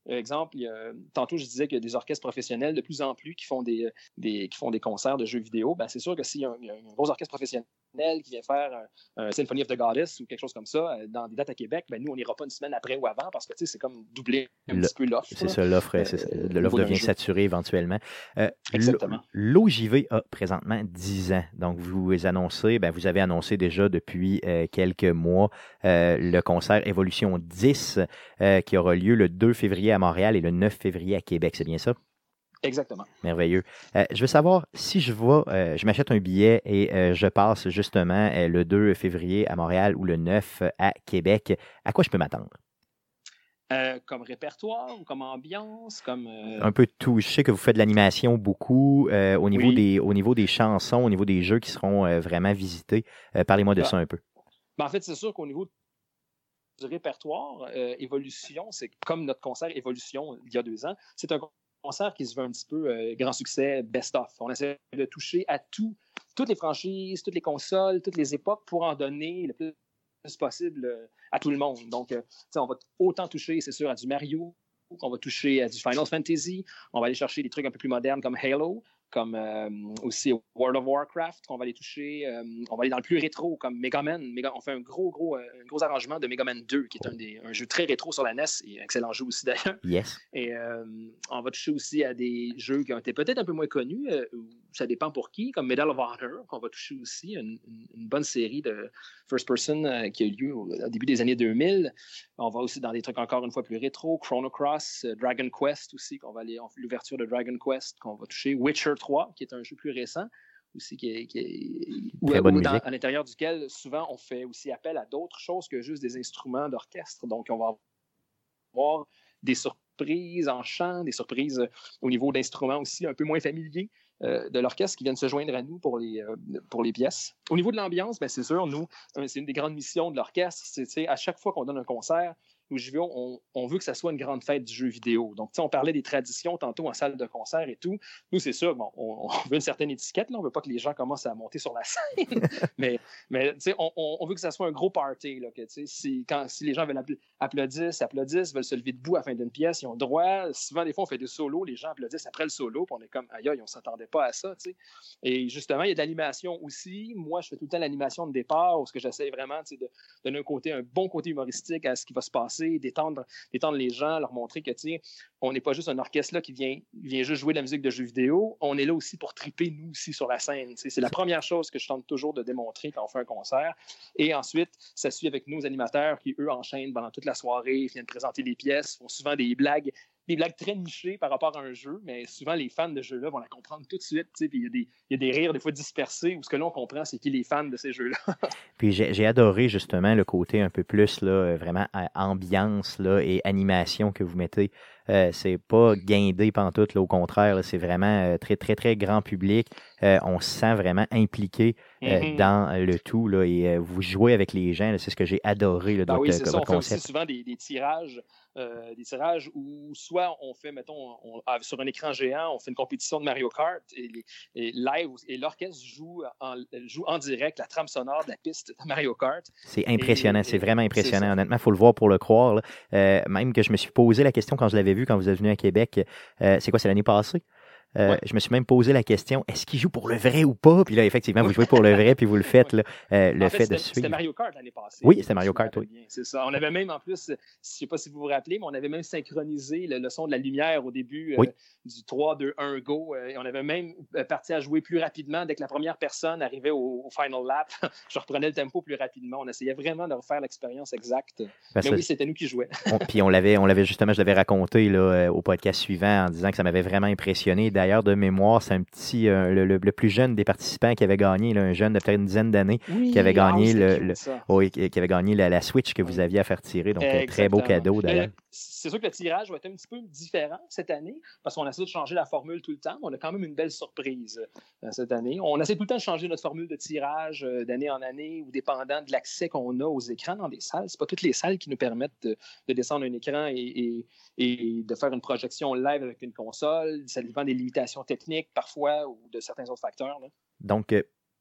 exemple, tantôt je disais qu'il y a des orchestres professionnels de plus en plus qui font qui font des concerts de jeux vidéo. Ben, c'est sûr que s'il y a un gros orchestre professionnel qui vient faire un Symphony of the Goddess ou quelque chose comme ça dans des dates à Québec, ben nous, on n'ira pas une semaine après ou avant parce que c'est comme doubler un petit peu l'offre. C'est ça, l'offre devient saturée éventuellement. Exactement. L'OJV a présentement 10 ans. Donc, vous avez annoncé déjà depuis quelques mois le concert Évolution 10 qui aura lieu le 2 février à Montréal et le 9 février à Québec. C'est bien ça? Exactement. Merveilleux. Je veux savoir, si je m'achète un billet et je passe justement le 2 février à Montréal ou le 9 à Québec, à quoi je peux m'attendre? Comme répertoire ou comme ambiance? Un peu de tout. Je sais que vous faites de l'animation beaucoup au niveau des chansons, au niveau des jeux qui seront vraiment visités. Parlez-moi de ça un peu. Ben, en fait, c'est sûr qu'au niveau du répertoire, Évolution, c'est comme notre concert Évolution il y a 2 ans. C'est un concert qui se veut un petit peu grand succès, best-of. On essaie de toucher à toutes les franchises, toutes les consoles, toutes les époques pour en donner le plus possible à tout le monde. Donc, on va autant toucher, c'est sûr, à du Mario, on va toucher à du Final Fantasy, on va aller chercher des trucs un peu plus modernes comme Halo, comme aussi World of Warcraft, qu'on va aller toucher. On va aller dans le plus rétro, comme Mega Man. On fait un gros arrangement de Mega Man 2, qui est un jeu très rétro sur la NES, et un excellent jeu aussi d'ailleurs. Yes. Et on va toucher aussi à des jeux qui ont été peut-être un peu moins connus, ça dépend pour qui, comme Medal of Honor, qu'on va toucher aussi, une bonne série de first person qui a eu lieu au début des années 2000. On va aussi dans des trucs encore une fois plus rétro, Chrono Cross, Dragon Quest aussi, qu'on va aller l'ouverture de Dragon Quest, qu'on va toucher, Witcher 3, qui est un jeu plus récent, aussi à l'intérieur duquel souvent on fait aussi appel à d'autres choses que juste des instruments d'orchestre. Donc on va avoir des surprises en chant, des surprises au niveau d'instruments aussi un peu moins familiers de l'orchestre qui viennent se joindre à nous pour les pièces. Au niveau de l'ambiance, ben, c'est sûr, nous, c'est une des grandes missions de l'orchestre, c'est à chaque fois qu'on donne un concert, nous, on veut que ça soit une grande fête du jeu vidéo. Donc, on parlait des traditions tantôt en salle de concert et tout. Nous, c'est sûr, bon, on veut une certaine étiquette. Là. On ne veut pas que les gens commencent à monter sur la scène. mais on veut que ça soit un gros party. Là, que, si les gens veulent applaudissent, veulent se lever debout à la fin d'une pièce, ils ont le droit. Souvent, des fois, on fait des solos. Les gens applaudissent après le solo. Puis on est comme, aïe, on ne s'attendait pas à ça. T'sais. Et justement, il y a de l'animation aussi. Moi, je fais tout le temps l'animation de départ parce que j'essaie vraiment de donner un bon côté humoristique à ce qui va se passer. Détendre les gens, leur montrer que on n'est pas juste un orchestre là qui vient juste jouer de la musique de jeux vidéo, on est là aussi pour triper nous aussi sur la scène. C'est la première chose que je tente toujours de démontrer quand on fait un concert. Et ensuite, ça suit avec nos animateurs qui, eux, enchaînent pendant toute la soirée, viennent présenter des pièces, font souvent des blagues très nichées par rapport à un jeu, mais souvent les fans de jeux-là vont la comprendre tout de suite. Puis il y a des rires des fois dispersés où ce que l'on comprend, c'est qui les fans de ces jeux-là. Puis j'ai adoré justement le côté un peu plus là, vraiment ambiance là, et animation que vous mettez. C'est pas guindé pantoute, là, au contraire, là, c'est vraiment très, très, très grand public. On se sent vraiment impliqué dans le tout là, et vous jouez avec les gens. Là, c'est ce que j'ai adoré là, de votre concept. On fait aussi souvent des tirages. Des tirages où soit on fait, mettons, sur un écran géant, on fait une compétition de Mario Kart et live, et l'orchestre joue en direct la trame sonore de la piste de Mario Kart. C'est impressionnant, c'est vraiment impressionnant. Honnêtement, il faut le voir pour le croire. Là. Même que je me suis posé la question quand je l'avais vu, quand vous êtes venu à Québec. C'est quoi, c'est l'année passée? Ouais. Je me suis même posé la question, est-ce qu'il joue pour le vrai ou pas? Puis là, effectivement, vous jouez pour le vrai, puis vous le faites. Là, en fait, de suivre. C'était Mario Kart l'année passée. Oui, c'était Mario Kart, oui. Bien, c'est ça. On avait même, en plus, je ne sais pas si vous vous rappelez, mais on avait même synchronisé le son de la lumière au début du 3, 2, 1, go. Et on avait même parti à jouer plus rapidement dès que la première personne arrivait au final lap. Je reprenais le tempo plus rapidement. On essayait vraiment de refaire l'expérience exacte. Mais oui, c'était nous qui jouions. Puis on l'avait justement, je l'avais raconté là, au podcast suivant en disant que ça m'avait vraiment impressionné. D'ailleurs, de mémoire, c'est un petit, le plus jeune des participants qui avait gagné, là, un jeune de peut-être une dizaine d'années, qui avait gagné qui avait gagné la Switch que vous aviez à faire tirer. Donc, très beau cadeau d'ailleurs. C'est sûr que le tirage va être un petit peu différent cette année parce qu'on essaie de changer la formule tout le temps. On a quand même une belle surprise cette année. On essaie tout le temps de changer notre formule de tirage d'année en année ou dépendant de l'accès qu'on a aux écrans dans des salles. C'est pas toutes les salles qui nous permettent de descendre un écran et de faire une projection live avec une console. Ça dépend des limitations techniques parfois ou de certains autres facteurs. Là. Donc,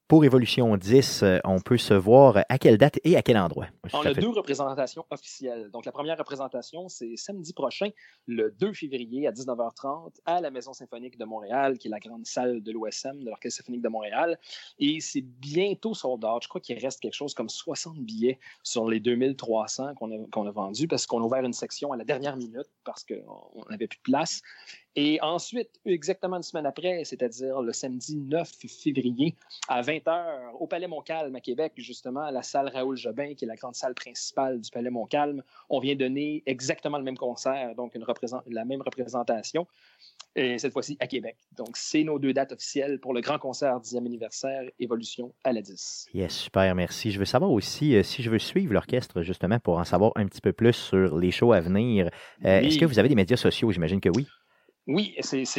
pour Évolution 10, on peut se voir à quelle date et à quel endroit? On a 2 représentations officielles. Donc, la première représentation, c'est samedi prochain, le 2 février à 19h30, à la Maison symphonique de Montréal, qui est la grande salle de l'OSM, de l'Orchestre symphonique de Montréal. Et c'est bientôt sold out. Je crois qu'il reste quelque chose comme 60 billets sur les 2300 qu'on a vendus, parce qu'on a ouvert une section à la dernière minute, parce qu'on n'avait plus de place. Et ensuite, exactement une semaine après, c'est-à-dire le samedi 9 février à 20h au Palais Montcalm à Québec, justement, à la salle Raoul Jobin, qui est la grande salle principale du Palais Montcalm, on vient donner exactement le même concert, donc la même représentation, et cette fois-ci à Québec. Donc, c'est nos 2 dates officielles pour le grand concert 10e anniversaire Évolution à la 10. Yes, super, merci. Je veux savoir aussi, si je veux suivre l'orchestre, justement, pour en savoir un petit peu plus sur les shows à venir, Oui. Est-ce que vous avez des médias sociaux? J'imagine que oui. Oui,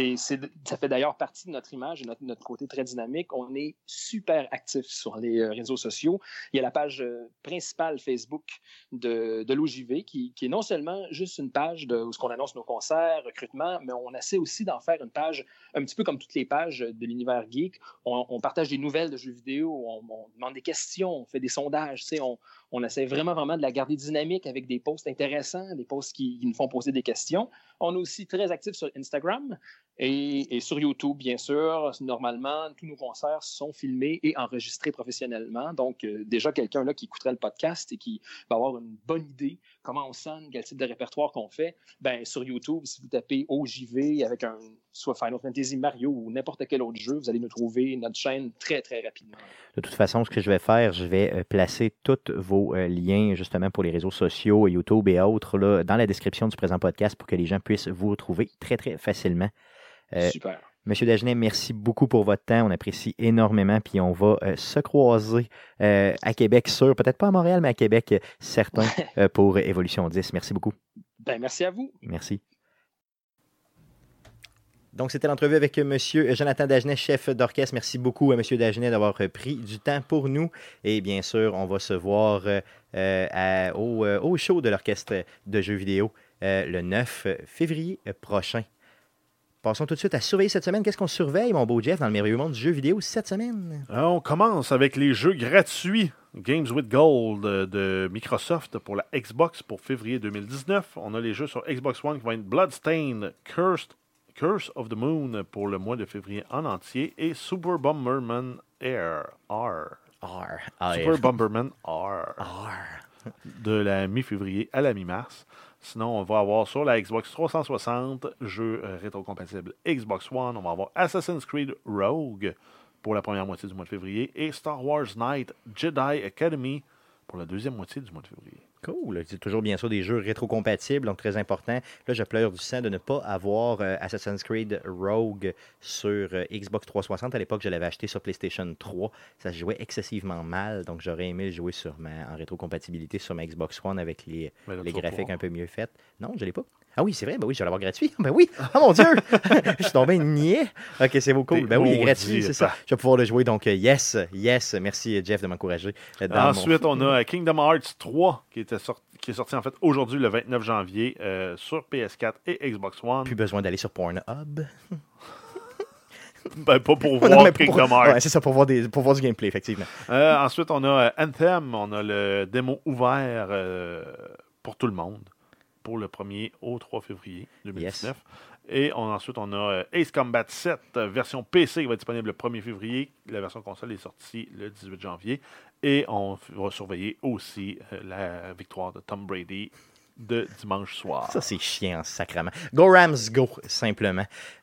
ça fait d'ailleurs partie de notre image et notre côté très dynamique. On est super actif sur les réseaux sociaux. Il y a la page principale Facebook de l'OJV qui est non seulement juste une page où on annonce nos concerts, recrutement, mais on essaie aussi d'en faire une page un petit peu comme toutes les pages de l'univers geek. On partage des nouvelles de jeux vidéo, on demande des questions, on fait des sondages. On essaie vraiment de la garder dynamique avec des posts intéressants, des posts qui nous font poser des questions. On est aussi très actifs sur Instagram et sur YouTube, bien sûr. Normalement, tous nos concerts sont filmés et enregistrés professionnellement. Donc, déjà, quelqu'un là qui écouterait le podcast et qui va avoir une bonne idée comment on sonne, quel type de répertoire qu'on fait, ben sur YouTube, si vous tapez OJV avec soit Final Fantasy, Mario ou n'importe quel autre jeu, vous allez nous trouver notre chaîne très, très rapidement. De toute façon, ce que je vais faire, je vais placer tous vos liens justement pour les réseaux sociaux, YouTube et autres là, dans la description du présent podcast pour que les gens puissent vous retrouver très, très facilement. Super. Monsieur Dagenet, merci beaucoup pour votre temps. On apprécie énormément. Puis on va se croiser à Québec, peut-être pas à Montréal, mais à Québec, certains, pour Évolution 10. Merci beaucoup. Ben, merci à vous. Merci. Donc, c'était l'entrevue avec M. Jonathan Dagenet, chef d'orchestre. Merci beaucoup à M. Dagenet d'avoir pris du temps pour nous. Et bien sûr, on va se voir au show de l'orchestre de jeux vidéo le 9 février prochain. Passons tout de suite à surveiller cette semaine. Qu'est-ce qu'on surveille, mon beau Jeff, dans le merveilleux monde du jeu vidéo cette semaine? On commence avec les jeux gratuits Games with Gold de Microsoft pour la Xbox pour février 2019. On a les jeux sur Xbox One qui vont être Bloodstained, Curse of the Moon pour le mois de février en entier et Super Bomberman R. Super Bomberman R. De la mi-février à la mi-mars. Sinon, on va avoir sur la Xbox 360, jeux rétrocompatibles Xbox One. On va avoir Assassin's Creed Rogue pour la première moitié du mois de février et Star Wars Knight Jedi Academy pour la deuxième moitié du mois de février. Cool. C'est toujours bien sûr des jeux rétrocompatibles, donc très important. Là, je pleure du sang de ne pas avoir Assassin's Creed Rogue sur Xbox 360. À l'époque, je l'avais acheté sur PlayStation 3. Ça se jouait excessivement mal, donc j'aurais aimé le jouer en rétrocompatibilité sur ma Xbox One avec les graphiques un peu mieux faits. Non, je ne l'ai pas. Ah oui, c'est vrai, ben oui, je vais l'avoir gratuit. Ben oui, oh mon Dieu, je suis tombé niais. Ok, c'est beau, cool. Ben oui, il est gratuit, c'est ça. Je vais pouvoir le jouer, donc yes. Merci Jeff de m'encourager. Ensuite, on a Kingdom Hearts 3 qui est sorti en fait aujourd'hui, le 29 janvier, sur PS4 et Xbox One. Plus besoin d'aller sur Pornhub. Ben, pas pour voir Kingdom Hearts. Ouais, c'est ça, pour voir du gameplay, effectivement. Ensuite, on a Anthem. On a le démo ouvert pour tout le monde pour le 1er au 3 février 2019. Yes. Et ensuite, on a Ace Combat 7, version PC qui va être disponible le 1er février. La version console est sortie le 18 janvier. Et on va surveiller aussi la victoire de Tom Brady de dimanche soir. Ça, c'est chiant, sacrément. Go Rams, go, simplement.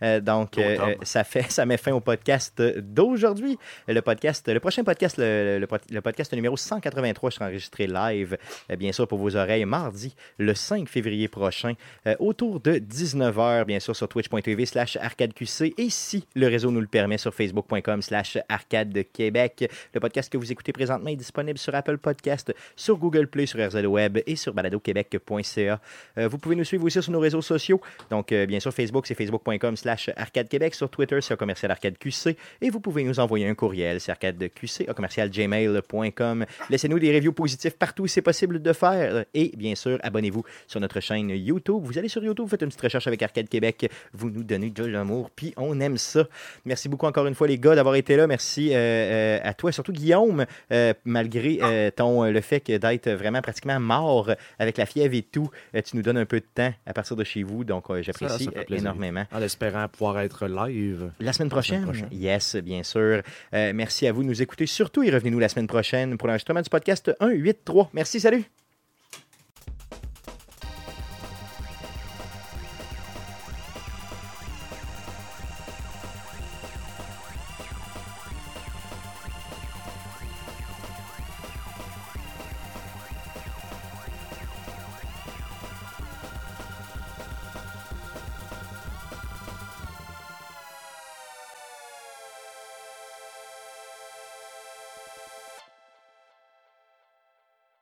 Ça met fin au podcast d'aujourd'hui. Le prochain podcast, le podcast numéro 183 sera enregistré live, bien sûr, pour vos oreilles, mardi, le 5 février prochain, autour de 19h, bien sûr, sur twitch.tv/arcadeqc et si le réseau nous le permet, sur facebook.com/arcadequebec. Le podcast que vous écoutez présentement est disponible sur Apple Podcast, sur Google Play, sur RZO Web et sur baladoquebec.ca. arcadequebec.ca. Vous pouvez nous suivre aussi sur nos réseaux sociaux. Donc, bien sûr, Facebook, c'est facebook.com/arcadequebec. Sur Twitter, c'est @arcadeqc. Et vous pouvez nous envoyer un courriel, c'est arcadeqc@gmail.com. Laissez-nous des reviews positifs partout où c'est possible de faire. Et bien sûr, abonnez-vous sur notre chaîne YouTube. Vous allez sur YouTube, vous faites une petite recherche avec Arcade Québec. Vous nous donnez de l'amour, puis on aime ça. Merci beaucoup encore une fois, les gars, d'avoir été là. Merci à toi, surtout Guillaume, malgré le fait d'être vraiment pratiquement mort avec la fièvre et tout. Tu nous donnes un peu de temps à partir de chez vous, donc j'apprécie énormément. En espérant pouvoir être live. La semaine prochaine? Yes, bien sûr. Merci à vous de nous écouter. Surtout, et revenez-nous la semaine prochaine pour l'enregistrement du podcast 183. Merci, salut!